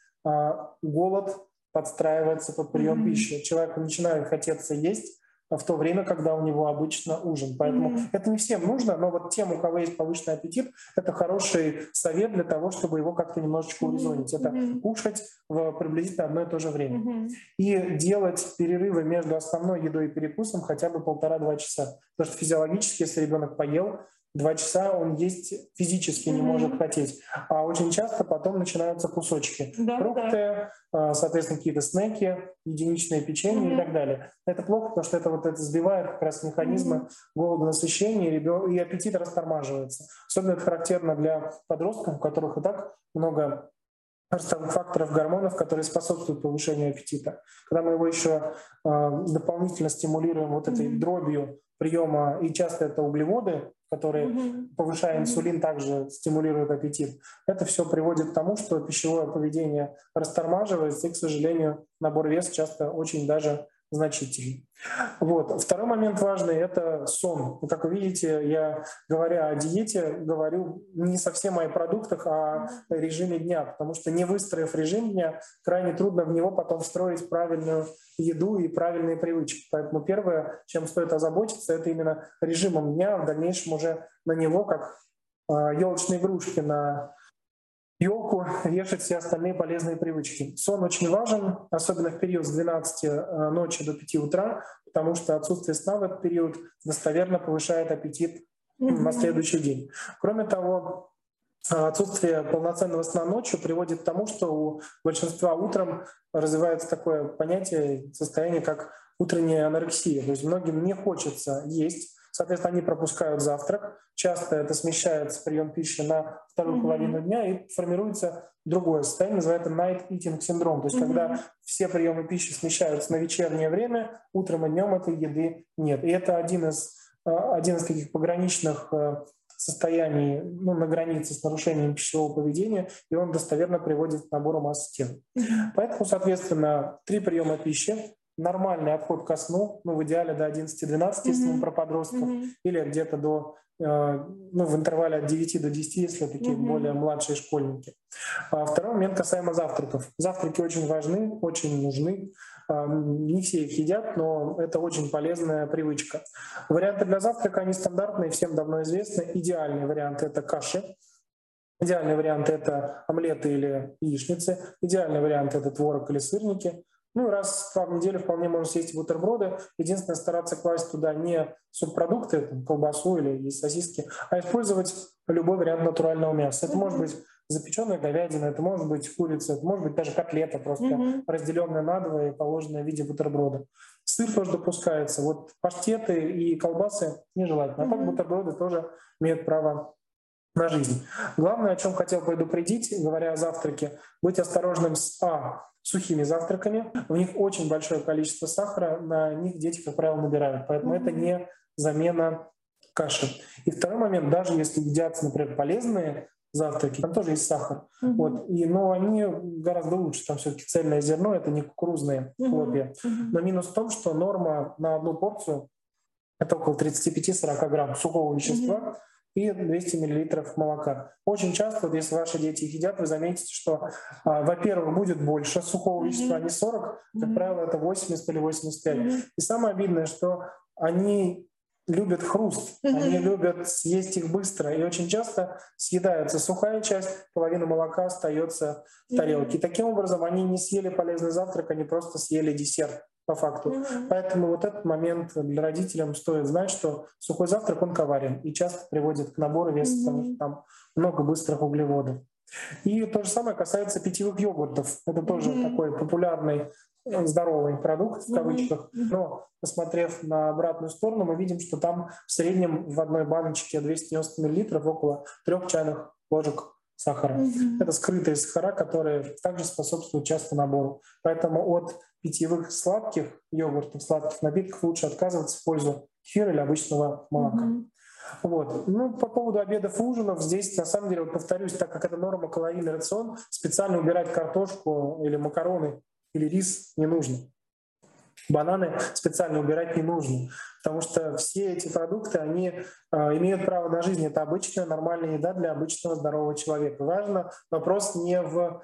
голод подстраивается под прием пищи. Человеку начинает хотеться есть в то время, когда у него обычно ужин. Поэтому это не всем нужно, но вот тем, у кого есть повышенный аппетит, это хороший совет для того, чтобы его как-то немножечко урезонить. Это кушать в приблизительно одно и то же время. И делать перерывы между основной едой и перекусом хотя бы 1,5-2 часа. Потому что физиологически, если ребенок поел, 2 часа он есть физически не может хотеть. А очень часто потом начинаются кусочки. Фрукты, соответственно, какие-то снеки, единичное печенье и так далее. Это плохо, потому что это сбивает как раз механизмы голодонасыщения, и аппетит растормаживается. Особенно это характерно для подростков, у которых и так много ростовых факторов, гормонов, которые способствуют повышению аппетита. Когда мы его еще дополнительно стимулируем вот этой дробью приема, и часто это углеводы, которые, повышая инсулин, также стимулируют аппетит, это все приводит к тому, что пищевое поведение растормаживается, и, к сожалению, набор веса часто очень даже значительный. Вот. Второй момент важный — это сон. Как вы видите, я, говоря о диете, говорю не совсем о продуктах, а о режиме дня, потому что, не выстроив режим дня, крайне трудно в него потом встроить правильную еду и правильные привычки. Поэтому первое, чем стоит озаботиться, это именно режимом дня, в дальнейшем уже на него, как елочные игрушки на елку, вешать все остальные полезные привычки. Сон очень важен, особенно в период с 12 ночи до 5 утра, потому что отсутствие сна в этот период достоверно повышает аппетит на следующий день. Кроме того, отсутствие полноценного сна ночью приводит к тому, что у большинства утром развивается такое понятие, состояние, как утренняя анорексия. То есть многим не хочется есть, соответственно, они пропускают завтрак. Часто это смещается прием пищи на вторую половину дня, и формируется другое состояние, называется night eating синдром. То есть когда все приемы пищи смещаются на вечернее время, утром и днем этой еды нет. И это один из таких пограничных состоянии, ну, на границе с нарушением пищевого поведения, и он достоверно приводит к набору массы тела. Поэтому, соответственно, 3 приема пищи, нормальный отход ко сну, ну, в идеале до 11-12, если мы про подростков, или где-то до, ну, в интервале от 9 до 10, если такие более младшие школьники. Второй момент касаемо завтраков. Завтраки очень важны, очень нужны. Не все их едят, но это очень полезная привычка. Варианты для завтрака, они стандартные, всем давно известны. Идеальный вариант — это каши. Идеальный вариант — это омлеты или яичницы. Идеальный вариант — это творог или сырники. Ну, раз в неделю вполне можно съесть бутерброды. Единственное, стараться класть туда не субпродукты, там, колбасу или сосиски, а использовать любой вариант натурального мяса. Это может быть запеченная говядина, это может быть курица, это может быть даже котлета, просто разделенная надвое и положенная в виде бутерброда. Сыр тоже допускается. Вот паштеты и колбасы нежелательно. А так бутерброды тоже имеют право на жизнь. Главное, о чем хотел предупредить, говоря о завтраке, быть осторожным с сухими завтраками. В них очень большое количество сахара, на них дети, как правило, набирают. Поэтому это не замена каши. И второй момент, даже если едятся, например, полезные завтраки, там тоже есть сахар. Вот. Но они гораздо лучше. Там все-таки цельное зерно, это не кукурузные хлопья. Но минус в том, что норма на одну порцию — это около 35-40 грамм сухого вещества и 200 миллилитров молока. Очень часто, вот если ваши дети их едят, вы заметите, что, во-первых, будет больше сухого вещества, не 40, как правило, это 80 или 85. И самое обидное, что они любят хруст, они любят съесть их быстро, и очень часто съедается сухая часть, половина молока остается в тарелке. И таким образом они не съели полезный завтрак, они просто съели десерт по факту. Поэтому вот этот момент для родителям стоит знать, что сухой завтрак, он коварен и часто приводит к набору веса, потому что там много быстрых углеводов. И то же самое касается питьевых йогуртов. Это тоже такой популярный здоровый продукт в кавычках, но посмотрев на обратную сторону, мы видим, что там в среднем в одной баночке 290 мл около 3 чайных ложек сахара. Это скрытые сахара, которые также способствуют часто набору. Поэтому от питьевых сладких йогуртов, сладких напитков лучше отказываться в пользу кефира или обычного молока. Вот. Ну, по поводу обедов и ужинов, здесь, на самом деле, вот повторюсь, так как это норма калорийный рацион, специально убирать картошку или макароны или рис не нужно. Бананы специально убирать не нужно, потому что все эти продукты, они имеют право на жизнь. Это обычная нормальная еда для обычного здорового человека. Важно вопрос не в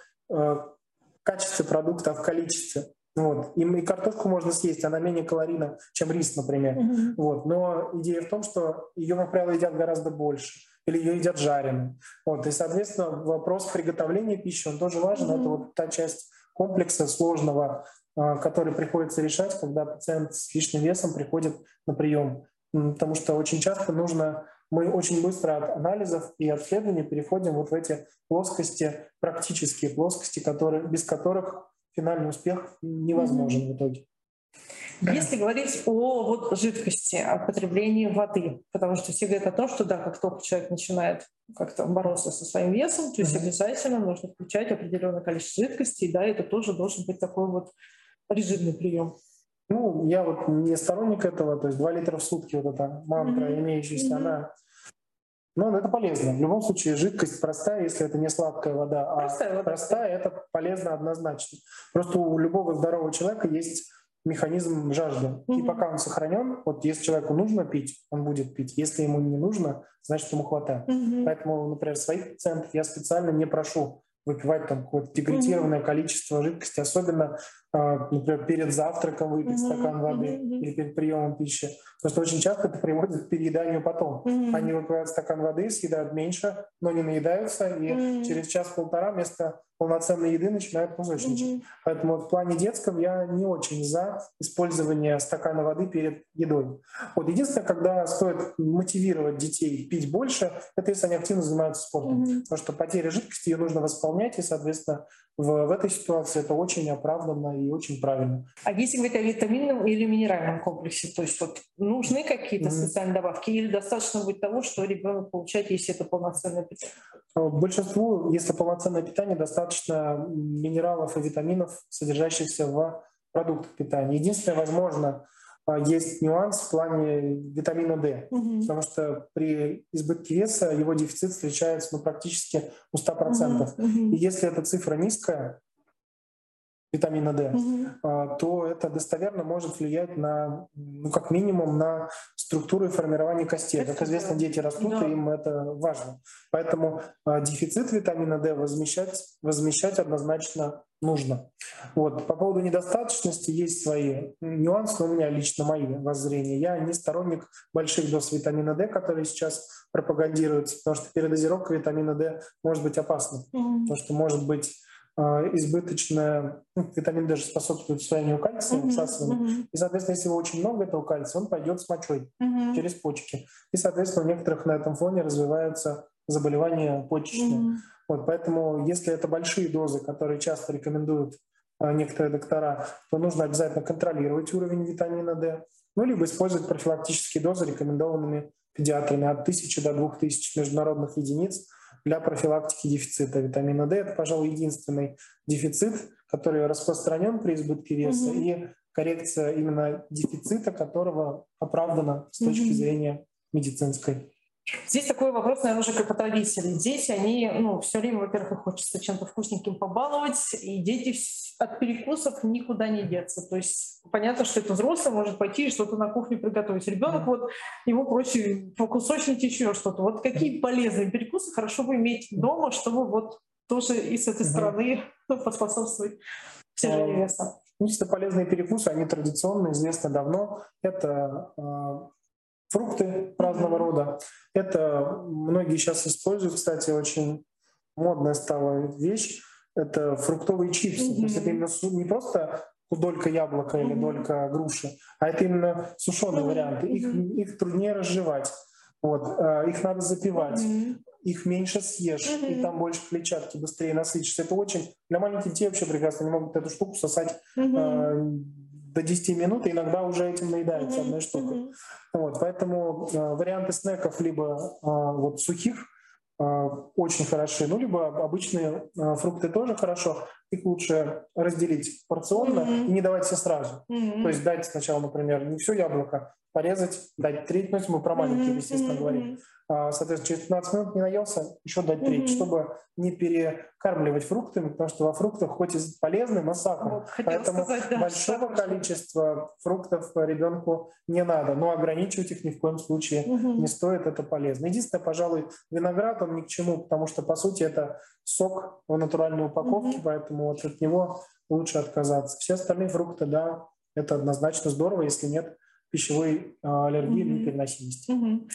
качестве продукта, а в количестве. Вот. И картошку можно съесть, она менее калорийна, чем рис, например. Вот. Но идея в том, что ее, как правило, едят гораздо больше. Или ее едят жареной. Вот. И, соответственно, вопрос приготовления пищи, он тоже важен. Это вот та часть комплекса сложного, который приходится решать, когда пациент с лишним весом приходит на прием. Потому что очень часто мы очень быстро от анализов и обследований переходим вот в эти плоскости, практические плоскости, без которых финальный успех невозможен в итоге. Если говорить о жидкости, о потреблении воды, потому что все говорят о том, что да, как только человек начинает как-то бороться со своим весом, то есть обязательно нужно включать определенное количество жидкости, да, это тоже должен быть такой вот режимный прием. Ну, я вот не сторонник этого, то есть 2 литра в сутки, вот эта мантра, имеющаяся, она... Ну, это полезно. В любом случае, жидкость простая, если это не сладкая вода, а простая, это полезно однозначно. Просто у любого здорового человека есть механизм жажды. И пока он сохранен, вот если человеку нужно пить, он будет пить. Если ему не нужно, значит, ему хватает. Поэтому, например, своих пациентов я специально не прошу выпивать там какое-то деградированное количество жидкости, особенно, например, перед завтраком выпить стакан воды или перед приемом пищи. Потому что очень часто это приводит к перееданию потом. Они выпивают стакан воды, съедают меньше, но не наедаются, и через час-полтора вместо полноценной еды начинают пузырчничать. Поэтому в плане детском я не очень за использование стакана воды перед едой. Вот единственное, когда стоит мотивировать детей пить больше, это если они активно занимаются спортом. Потому что потеря жидкости ее нужно восполнять, и, соответственно, в этой ситуации это очень оправданно и очень правильно. А если говорить о витаминном или минеральном комплексе, то есть вот нужны какие-то специальные добавки или достаточно будет того, что ребенок получает, если это полноценное питание? Большинству, если полноценное питание, достаточно минералов и витаминов, содержащихся в продуктах питания. Единственное, возможно, есть нюанс в плане витамина D, потому что при избытке веса его дефицит встречается практически у 100%. И если эта цифра низкая, витамина D, то это достоверно может влиять на, как минимум, на структуру и формирование костей. Как известно, дети растут, и им это важно. Поэтому дефицит витамина D возмещать однозначно нужно. Вот. По поводу недостаточности есть свои нюансы, но у меня лично мои воззрения. Я не сторонник больших доз витамина D, которые сейчас пропагандируются, потому что передозировка витамина D может быть опасна, потому что может быть избыточная, витамин D же способствует усвоению кальция, всасыванию, и, соответственно, если его очень много этого кальция, он пойдет с мочой через почки. И, соответственно, у некоторых на этом фоне развиваются заболевания почечные. Вот, поэтому, если это большие дозы, которые часто рекомендуют некоторые доктора, то нужно обязательно контролировать уровень витамина D, либо использовать профилактические дозы, рекомендованными педиатрами от 1000 до 2000 международных единиц для профилактики дефицита витамина D. Это, пожалуй, единственный дефицит, который распространен при избытке веса, и коррекция именно дефицита, которого оправдана с точки зрения медицинской. Здесь такой вопрос, наверное, уже как потребители. Дети, они, все время, во-первых, их хочется чем-то вкусненьким побаловать, и дети от перекусов никуда не деться. То есть понятно, что это взрослый может пойти и что-то на кухне приготовить. Ребенок, ему проще покусочнить еще что-то. Вот какие полезные перекусы хорошо бы иметь дома, чтобы тоже и с этой стороны поспособствовать снижению веса? Если полезные перекусы, они традиционно, известны давно. Это фрукты разного рода. Это многие сейчас используют, кстати, очень модная стала вещь. Это фруктовые чипсы. То есть это именно не просто долька яблока или долька груши, а это именно сушеные варианты. Их труднее разжевать. Их надо запивать. Их меньше съешь, и там больше клетчатки, быстрее насытишься. Это очень... Для маленьких детей вообще прекрасно. Они могут эту штуку сосать до 10 минут, и иногда уже этим наедаются одной штукой. Поэтому варианты снеков либо сухих очень хороши, либо обычные фрукты тоже хорошо. Их лучше разделить порционно и не давать все сразу. То есть дать сначала, например, не все яблоко, порезать, дать треть, если мы про маленькие, естественно, говорим. Соответственно, через 15 минут не наелся, еще дать треть, чтобы не перекармливать фруктами, потому что во фруктах хоть и полезны, но сахар. Поэтому большого количества фруктов ребенку не надо, но ограничивать их ни в коем случае не стоит, это полезно. Единственное, пожалуй, виноград, он ни к чему, потому что, по сути, это сок в натуральной упаковке, поэтому от него лучше отказаться. Все остальные фрукты, да, это однозначно здорово, если нет пищевой аллергии или переносимости.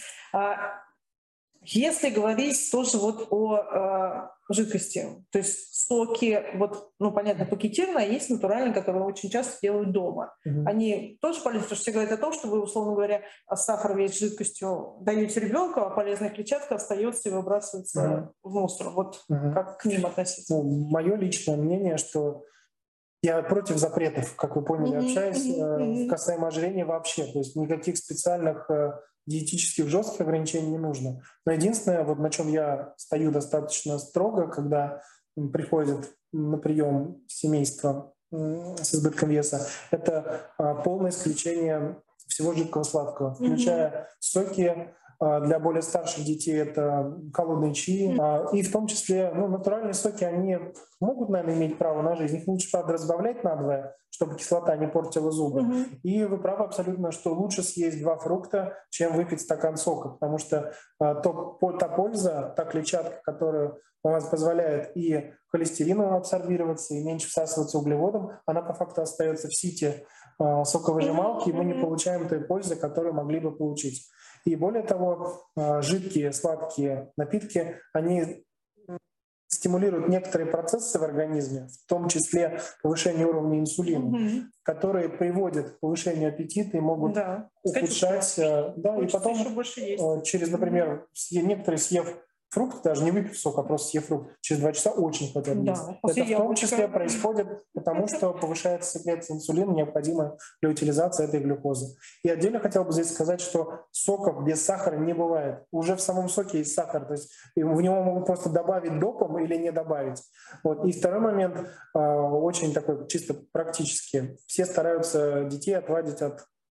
Если говорить тоже о жидкости, то есть соки, понятно, пакетированные, а есть натуральные, которые очень часто делают дома. Они тоже полезны, потому что все говорят о том, что вы, условно говоря, сахар весь жидкостью даете ребенку, а полезная клетчатка остается и выбрасывается в мусор. Как к ним относиться? Мое личное мнение, что я против запретов, как вы поняли, общаюсь, касаемо ожирения вообще. То есть никаких специальных диетических жестких ограничений не нужно. Но единственное, на чем я стою достаточно строго, когда приходит на прием семейство с избытком веса, это полное исключение всего жидкого сладкого, включая соки. Для более старших детей это холодные чаи. И в том числе натуральные соки, они могут, наверное, иметь право на жизнь. Их лучше, правда, разбавлять надвое, чтобы кислота не портила зубы. И вы правы абсолютно, что лучше съесть 2 фрукта, чем выпить стакан сока. Потому что та польза, та клетчатка, которая у вас позволяет и холестерину абсорбироваться, и меньше всасываться углеводом, она по факту остается в сите соковыжималки, и мы не получаем той пользы, которую могли бы получить. И более того, жидкие сладкие напитки, они стимулируют некоторые процессы в организме, в том числе повышение уровня инсулина, которые приводят к повышению аппетита и могут ухудшать. И потом через, например, некоторые съев фрукт, даже не выпив сок, а просто съев фрукт, через 2 часа очень хотят есть. Это в том числе происходит потому, что повышается секреция инсулина, необходимая для утилизации этой глюкозы. И отдельно хотел бы здесь сказать, что соков без сахара не бывает. Уже в самом соке есть сахар, то есть в него могут просто добавить допом или не добавить. И второй момент, очень такой чисто практический. Все стараются детей отвадить от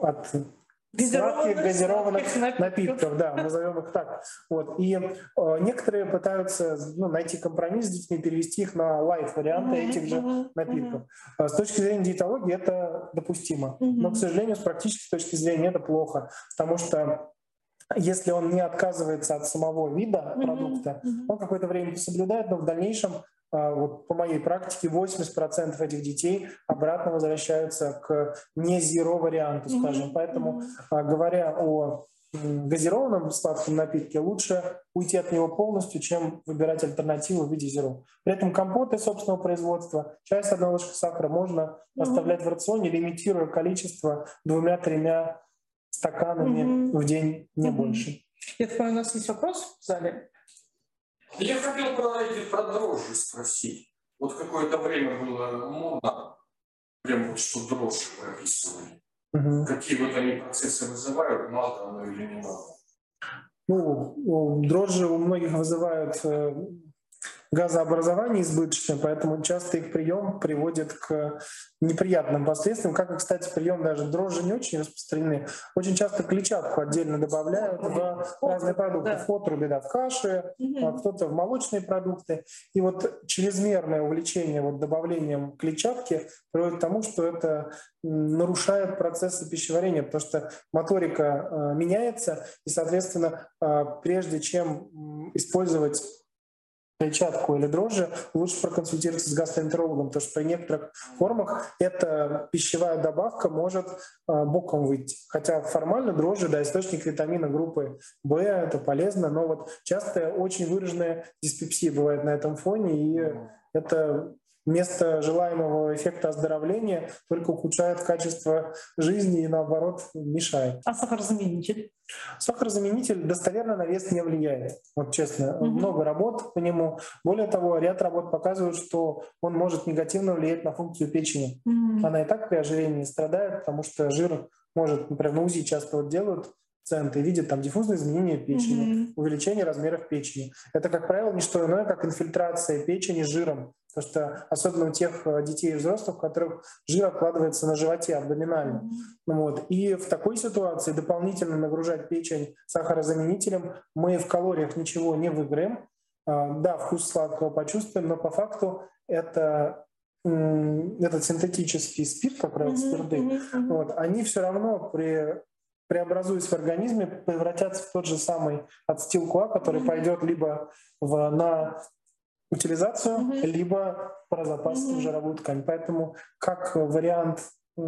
от сладких газированных напитков, да, назовем их так. Вот. И некоторые пытаются найти компромисс с детьми, перевести их на лайт-варианты этих же напитков. С точки зрения диетологии это допустимо, но, к сожалению, с практической точки зрения это плохо, потому что если он не отказывается от самого вида продукта, он какое-то время соблюдает, но в дальнейшем, вот по моей практике, 80% этих детей обратно возвращаются к не zero варианту, скажем. Поэтому, говоря о газированном сладком напитке, лучше уйти от него полностью, чем выбирать альтернативу в виде zero. При этом компоты собственного производства, чай с 1 ложкой сахара можно оставлять в рационе, лимитируя количество 2-3 стаканами в день, не больше. Я понимаю, у нас есть вопрос в зале? Я хотел про дрожжи спросить. Вот какое-то время было модно, прям вот что дрожжи прописывали. Какие вот они процессы вызывают, надо оно или не надо? Ну, дрожжи у многих вызывают газообразование избыточное, поэтому часто их прием приводит к неприятным последствиям. Как и, кстати, прием даже дрожжи не очень распространены. Очень часто клетчатку отдельно добавляют в разные продукты. В отрубе, в каше, кто-то в молочные продукты. И вот чрезмерное увлечение добавлением клетчатки приводит к тому, что это нарушает процессы пищеварения, потому что моторика меняется, и, соответственно, прежде чем использовать клетчатку или дрожжи, лучше проконсультироваться с гастроэнтерологом, потому что при некоторых формах эта пищевая добавка может боком выйти. Хотя формально дрожжи, источник витамина группы В, это полезно, но вот часто очень выраженная диспепсия бывает на этом фоне, и это вместо желаемого эффекта оздоровления только ухудшает качество жизни и, наоборот, мешает. А сахарозаменитель? Сахарозаменитель достоверно на вес не влияет. Вот честно, много работ по нему. Более того, ряд работ показывают, что он может негативно влиять на функцию печени. Она и так при ожирении страдает, потому что жир может, например, на УЗИ часто делают пациенты, видят там диффузные изменения печени, увеличение размеров печени. Это, как правило, не что иное, как инфильтрация печени жиром. Потому что особенно у тех детей и взрослых, у которых жир откладывается на животе абдоминально. Вот. И в такой ситуации дополнительно нагружать печень сахарозаменителем мы в калориях ничего не выиграем. Да, вкус сладкого почувствуем, но по факту это этот синтетический спирт, как правило, спирты, они все равно преобразуясь в организме, превратятся в тот же самый ацетил КОА, который пойдет либо на утилизацию, либо про запас в жировую ткань. Поэтому как вариант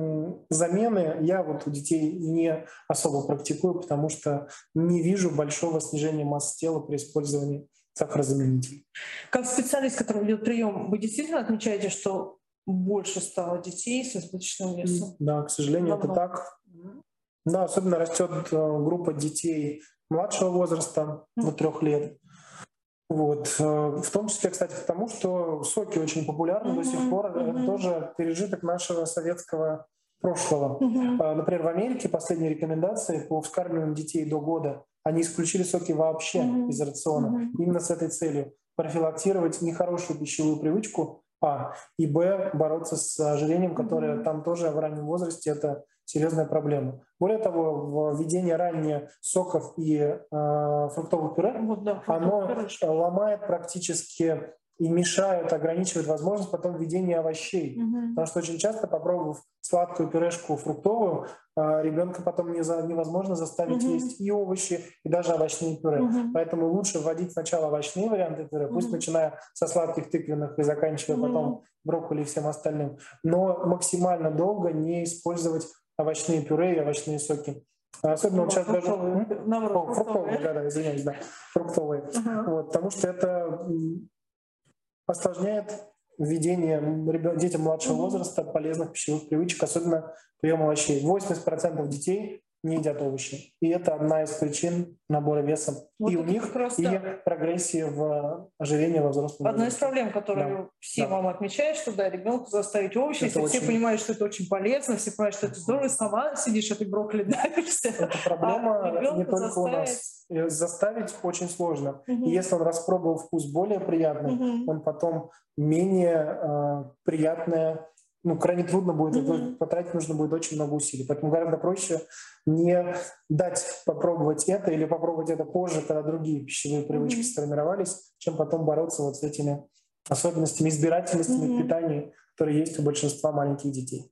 замены я вот у детей не особо практикую, потому что не вижу большого снижения массы тела при использовании сахарозаменителей. Как специалист, который ведет прием, вы действительно отмечаете, что больше стало детей с избыточным весом? Да, к сожалению, это так. Да, особенно растет группа детей младшего возраста, до 3 лет. Вот. В том числе, кстати, потому что соки очень популярны до сих пор. Это тоже пережиток нашего советского прошлого. Например, в Америке последние рекомендации по вскармливанию детей до года, они исключили соки вообще из рациона. Именно с этой целью профилактировать нехорошую пищевую привычку, и бороться с ожирением, которое там тоже в раннем возрасте это серьезная проблема. Более того, введение ранее соков и фруктовых пюре, оно ломает практически и мешает, ограничивает возможность потом введения овощей. Потому что очень часто, попробовав сладкую пюрешку фруктовую, ребенка потом невозможно заставить есть и овощи, и даже овощные пюре. Поэтому лучше вводить сначала овощные варианты пюре, пусть начиная со сладких тыквенных и заканчивая потом брокколи и всем остальным, но максимально долго не использовать овощные пюре и овощные соки. Особенно вот сейчас даже фруктовые. Вот, потому что это осложняет введение детям младшего возраста полезных пищевых привычек, особенно прием овощей. 80% детей не едят овощи. И это одна из причин набора веса и у них, и прогрессии в ожирении во взрослом возрасте. Одна из проблем, которую все мамы отмечают, что ребенку заставить овощи, если все понимают, что это очень полезно, все понимают, что это здорово, сама сидишь, этой брокколи давишься. Это проблема не только у нас. Заставить очень сложно. И если он распробовал вкус более приятный, он потом менее приятное крайне трудно будет, потратить нужно будет очень много усилий. Поэтому гораздо проще не дать попробовать это или попробовать это позже, когда другие пищевые привычки сформировались, чем потом бороться вот с этими особенностями, избирательностями в питании, которые есть у большинства маленьких детей.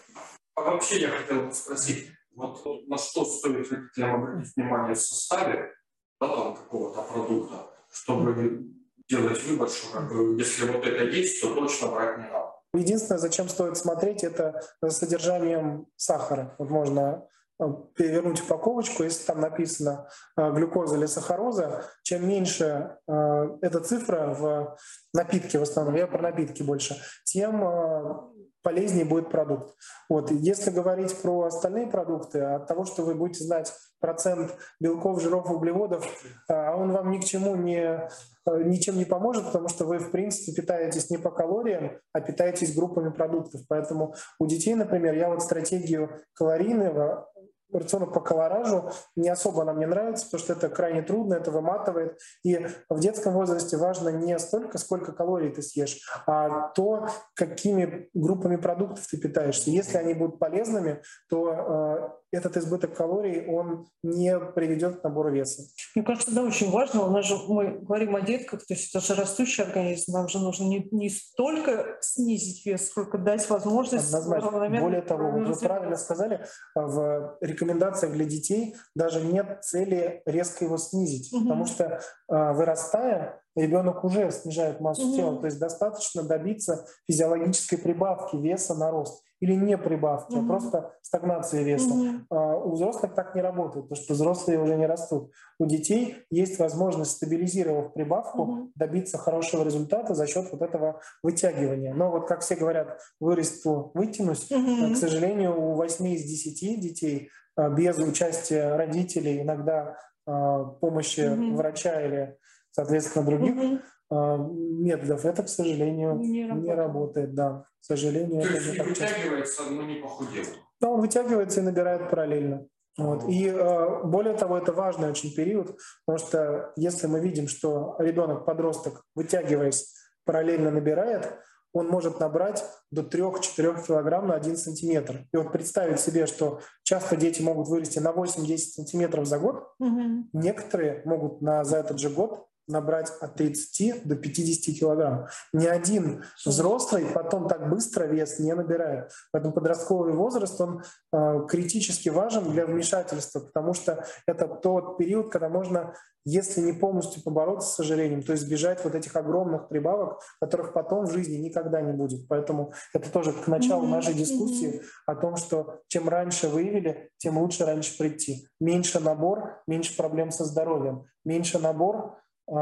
А вообще я хотел бы спросить, вот на что стоит родителям обратить внимание в составе какого-то продукта, чтобы делать выбор, что если вот это есть, то точно брать не надо. Единственное, зачем стоит смотреть, это за содержанием сахара. Вот можно перевернуть упаковочку, если там написано глюкоза или сахароза, чем меньше эта цифра в напитке в основном, я про напитки больше, тем полезнее будет продукт. Вот. Если говорить про остальные продукты, от того, что вы будете знать процент белков, жиров, углеводов, он вам ни к чему ничем не поможет, потому что вы, в принципе, питаетесь не по калориям, а питаетесь группами продуктов. Поэтому у детей, например, я вот стратегию калорийного рациона по колоражу не особо нам не нравится, потому что это крайне трудно, это выматывает. И в детском возрасте важно не столько, сколько калорий ты съешь, а то, какими группами продуктов ты питаешься. Если они будут полезными, то этот избыток калорий, он не приведет к набору веса. Мне кажется, да, очень важно. Мы говорим о детках, то есть это же растущий организм. Нам же нужно не столько снизить вес, сколько дать возможность... Однозначно. Более того, вы правильно сказали, в рекомендациях для детей даже нет цели резко его снизить, потому что, вырастая, ребенок уже снижает массу тела, то есть достаточно добиться физиологической прибавки веса на рост. Или не прибавки, а просто стагнации веса. У взрослых так не работает, потому что взрослые уже не растут. У детей есть возможность, стабилизировав прибавку, добиться хорошего результата за счет вот этого вытягивания. Но вот как все говорят, вырасту, вытянусь, к сожалению, у 8 из 10 детей без участия родителей, иногда помощи врача или, соответственно, других методов, это, к сожалению, не работает. Да, к сожалению. То есть вытягивается, но не похудел. Да, он вытягивается и набирает параллельно. Вот. И более того, это важный очень период, потому что если мы видим, что ребенок-подросток, вытягиваясь, параллельно набирает, он может набрать до 3-4 килограмм на 1 сантиметр. И вот представить себе, что часто дети могут вырасти на 8-10 сантиметров за год, некоторые могут за этот же год набрать от 30 до 50 килограмм. Ни один взрослый потом так быстро вес не набирает. Поэтому подростковый возраст, он критически важен для вмешательства, потому что это тот период, когда можно, если не полностью побороться с ожирением, то избежать вот этих огромных прибавок, которых потом в жизни никогда не будет. Поэтому это тоже к началу нашей дискуссии о том, что чем раньше выявили, тем лучше раньше прийти. Меньше набор, меньше проблем со здоровьем. Меньше набор,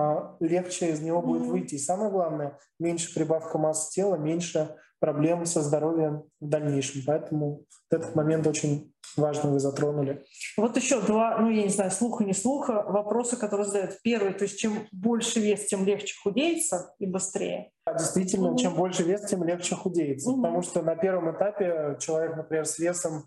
легче из него будет выйти. И самое главное, меньше прибавка массы тела, меньше проблем со здоровьем в дальнейшем. Поэтому этот момент очень важный вы затронули. Вот еще два, я не знаю, слуха, не слуха, вопросы, которые задают. Первый, то есть чем больше вес, тем легче худеется и быстрее. Действительно, чем больше вес, тем легче худеется. Потому что на первом этапе человек, например, с весом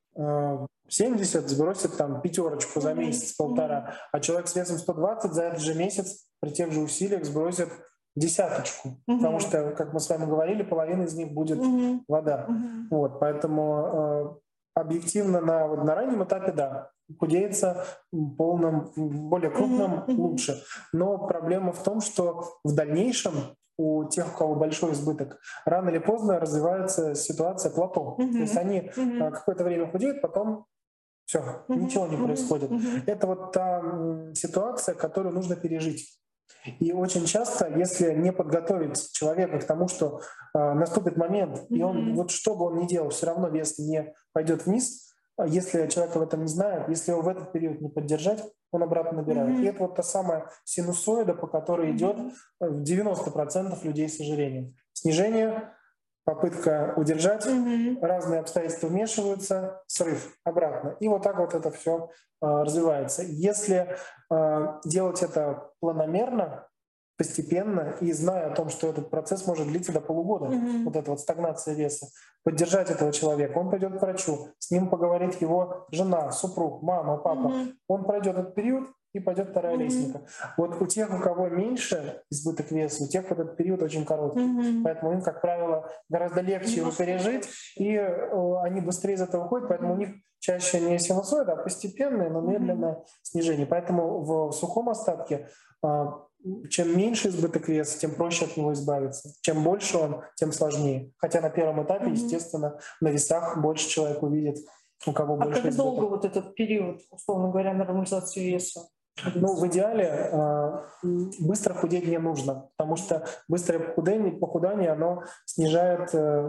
70 сбросит там 5 за месяц-полтора, а человек с весом 120 за этот же месяц при тех же усилиях сбросит 10, потому что, как мы с вами говорили, половина из них будет вода. Вот, поэтому объективно на раннем этапе, да, худеется полным, более крупным лучше. Но проблема в том, что в дальнейшем у тех, у кого большой избыток, рано или поздно развивается ситуация плато. То есть они какое-то время худеют, потом все, ничего не происходит. Это вот та ситуация, которую нужно пережить. И очень часто, если не подготовить человека к тому, что наступит момент, и он, вот что бы он ни делал, все равно вес не пойдет вниз, если человек об этом не знает, если его в этот период не поддержать, он обратно набирает. И это вот та самая синусоида, по которой идет 90% людей с ожирением. Снижение, попытка удержать, разные обстоятельства вмешиваются, срыв обратно. И вот так вот это все развивается. Если делать это планомерно, постепенно и зная о том, что этот процесс может длиться до полугода, вот эта вот стагнация веса, поддержать этого человека. Он пойдет к врачу, с ним поговорит его жена, супруг, мама, папа. Он пройдет этот период и пойдет вторая лестница. Вот у тех, у кого меньше избыток веса, у тех этот период очень короткий. Поэтому им, как правило, гораздо легче его пережить, и они быстрее из этого выходят, поэтому у них чаще не синусоида, а постепенное, но медленное снижение. Поэтому в сухом остатке чем меньше избыток веса, тем проще от него избавиться. Чем больше он, тем сложнее. Хотя на первом этапе, естественно, на весах больше человек увидит, у кого больше избыток. А как долго вот этот период, условно говоря, нормализации веса? Ну, в идеале быстро худеть не нужно, потому что быстрое похудание, оно снижает,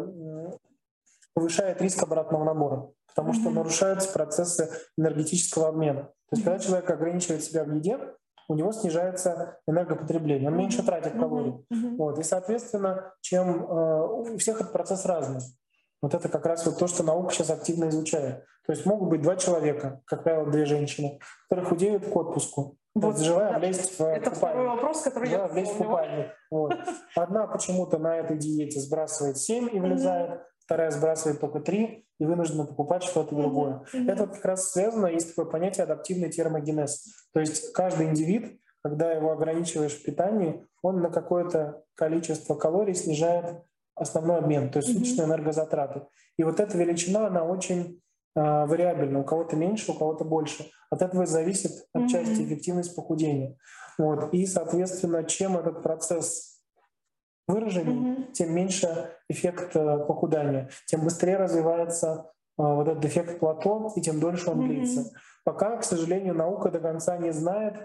повышает риск обратного набора, потому что нарушаются процессы энергетического обмена. То есть когда человек ограничивает себя в еде, у него снижается энергопотребление, он меньше тратит калорий. Вот. И, соответственно, у всех этот процесс разный. Вот это как раз вот то, что наука сейчас активно изучает. То есть могут быть два человека, как правило, две женщины, которые худеют к отпуску, вот, желая влезть в купальник. Это второй вопрос, который я влезть в купальник. Вот. Одна почему-то на этой диете сбрасывает 7 и влезает, вторая сбрасывает только 3 и вынуждена покупать что-то другое. Это как раз связано, есть такое понятие адаптивный термогенез. То есть каждый индивид, когда его ограничиваешь в питании, он на какое-то количество калорий снижает основной обмен, то есть суточные энергозатраты. И вот эта величина, она очень вариабельна. У кого-то меньше, у кого-то больше. От этого зависит отчасти эффективность похудения. Вот. И, соответственно, чем этот процесс выраженнее, тем меньше эффект похудания, тем быстрее развивается вот этот эффект плато, и тем дольше он длится. Пока, к сожалению, наука до конца не знает,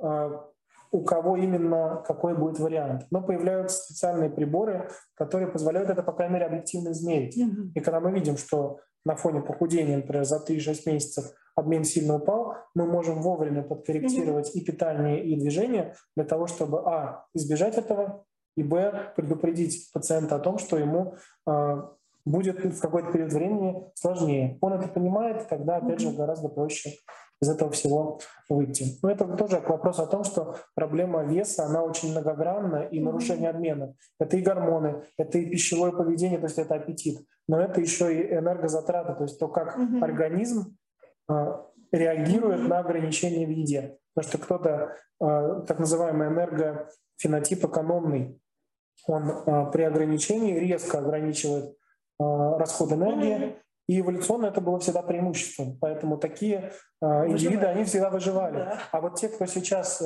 у кого именно какой будет вариант. Но появляются специальные приборы, которые позволяют это, по крайней мере, объективно измерить. И когда мы видим, что на фоне похудения, например, за 3-6 месяцев обмен сильно упал, мы можем вовремя подкорректировать и питание, и движение для того, чтобы избежать этого, и предупредить пациента о том, что ему будет в какой-то период времени сложнее. Он это понимает, и тогда, опять же, гораздо проще из этого всего выйти. Но это тоже вопрос о том, что проблема веса, она очень многогранна, и нарушение обмена. Это и гормоны, это и пищевое поведение, то есть это аппетит, но это еще и энергозатраты, то есть то, как организм реагирует на ограничения в еде. Потому что кто-то, так называемый энергофенотип экономный, он при ограничении резко ограничивает расход энергии, и эволюционно это было всегда преимуществом. Поэтому такие индивиды, они всегда выживали. А вот те, кто сейчас,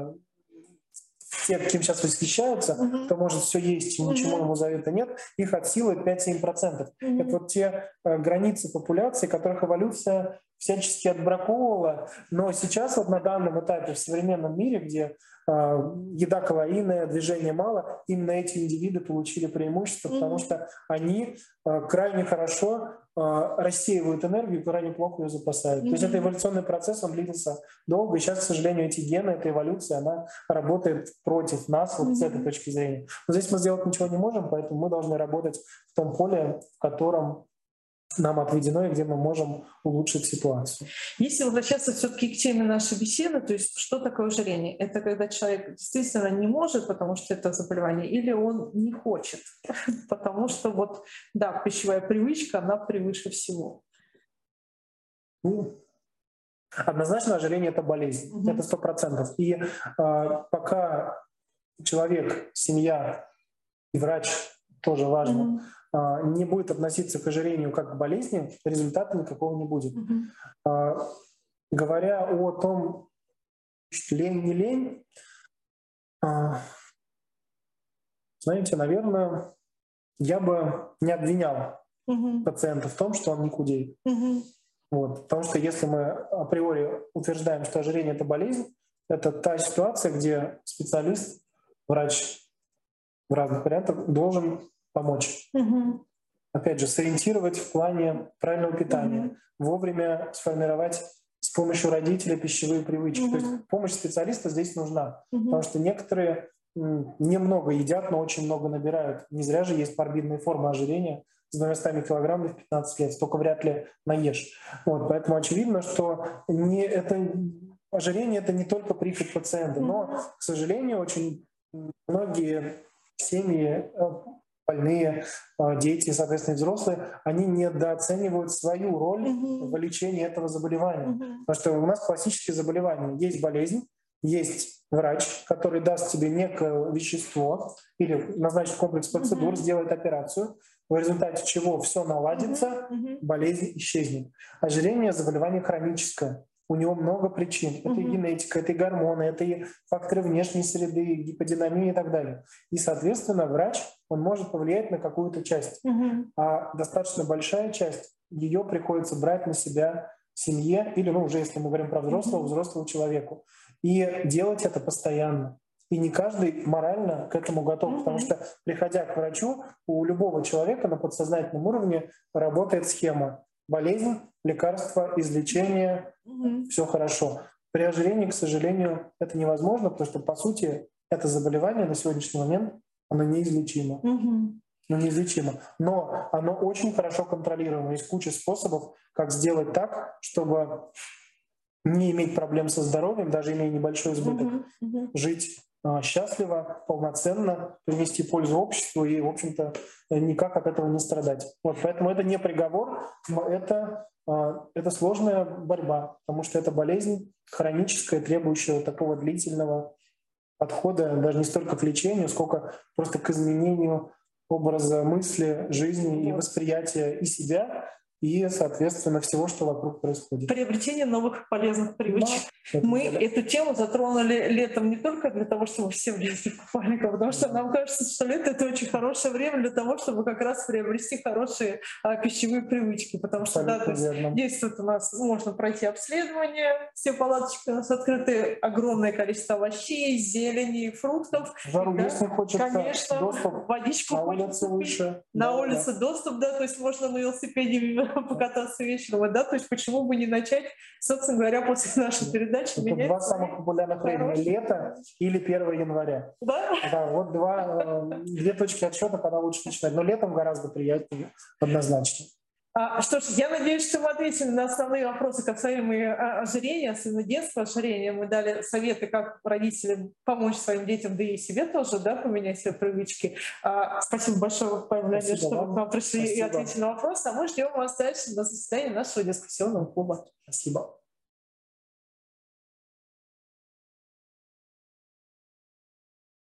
кем сейчас восхищаются, кто может все есть, и ничему ему за это нет, их от силы 5-7%. Это вот те границы популяции, которых эволюция всячески отбраковывала. Но сейчас вот на данном этапе в современном мире, где еда калорийная, движения мало, именно эти индивиды получили преимущество, потому что они крайне хорошо рассеивают энергию, крайне плохо ее запасают. То есть это эволюционный процесс, он длился долго, и сейчас, к сожалению, эти гены, эта эволюция, она работает против нас вот с этой точки зрения. Но здесь мы сделать ничего не можем, поэтому мы должны работать в том поле, в котором нам отведено и где мы можем улучшить ситуацию. Если возвращаться все-таки к теме нашей беседы, то есть что такое ожирение? Это когда человек действительно не может, потому что это заболевание, или он не хочет, потому что вот, да, пищевая привычка, она превыше всего. Однозначно ожирение — это болезнь, это 100%. И пока человек, семья и врач, тоже важно, не будет относиться к ожирению как к болезни, результата никакого не будет. Говоря о том, что лень, не лень, знаете, наверное, я бы не обвинял пациента в том, что он не худеет. Вот. Потому что если мы априори утверждаем, что ожирение — это болезнь, это та ситуация, где специалист, врач в разных вариантах должен помочь. Опять же, сориентировать в плане правильного питания, вовремя сформировать с помощью родителей пищевые привычки. То есть помощь специалиста здесь нужна, потому что некоторые немного едят, но очень много набирают. Не зря же есть морбидные формы ожирения с 200 килограммами в 15 лет, столько вряд ли наешь. Вот, поэтому очевидно, что ожирение — это не только прихоть пациента, но, к сожалению, очень многие семьи, больные, дети, соответственно, взрослые, они недооценивают свою роль в лечении этого заболевания. Потому что у нас классические заболевания. Есть болезнь, есть врач, который даст тебе некое вещество или назначит комплекс процедур, сделает операцию, в результате чего все наладится, болезнь исчезнет. Ожирение — заболевание хроническое. У него много причин. Это и генетика, это и гормоны, это и факторы внешней среды, гиподинамия и так далее. И, соответственно, врач, он может повлиять на какую-то часть. А достаточно большая часть, ее приходится брать на себя семье, или, уже если мы говорим про взрослого человеку. И делать это постоянно. И не каждый морально к этому готов, потому что, приходя к врачу, у любого человека на подсознательном уровне работает схема. Болезнь, лекарство, излечение, все хорошо. При ожирении, к сожалению, это невозможно, потому что, по сути, это заболевание на сегодняшний момент, оно неизлечимо. Неизлечимо. Но оно очень хорошо контролируемо. Есть куча способов, как сделать так, чтобы не иметь проблем со здоровьем, даже имея небольшой избыток, жить счастливо, полноценно, принести пользу обществу и, в общем-то, никак от этого не страдать. Поэтому это не приговор, но это сложная борьба, потому что это болезнь хроническая, требующая такого длительного подхода, даже не столько к лечению, сколько просто к изменению образа мысли, жизни и восприятия и себя, и, соответственно, всего, что вокруг происходит. Приобретение новых полезных привычек. Мы эту тему затронули летом не только для того, чтобы все влезли в купальник, потому что нам кажется, что лето — это очень хорошее время для того, чтобы как раз приобрести хорошие пищевые привычки, потому что действует у нас, можно пройти обследование, все палаточки у нас открыты, огромное количество овощей, зелени, фруктов. Жару есть не хочется, конечно, доступ водичку на улице выше. На улице доступ, то есть можно на велосипеде покататься вечером, то есть почему бы не начать, собственно говоря, после нашей передачи. Это два самых популярных времени: лето или 1 января. Да, вот две точки отсчета, когда лучше начинать. Но летом гораздо приятнее, однозначно. Что ж, я надеюсь, что мы ответили на основные вопросы, касаемые ожирения, особенно детского ожирения. Мы дали советы, как родителям помочь своим детям, да и себе тоже, поменять свои привычки. Спасибо большое, Павел Леонидович, что вы к нам пришли и ответили на вопросы. А мы ждем вас дальше на заседании нашего дискуссионного клуба. Спасибо.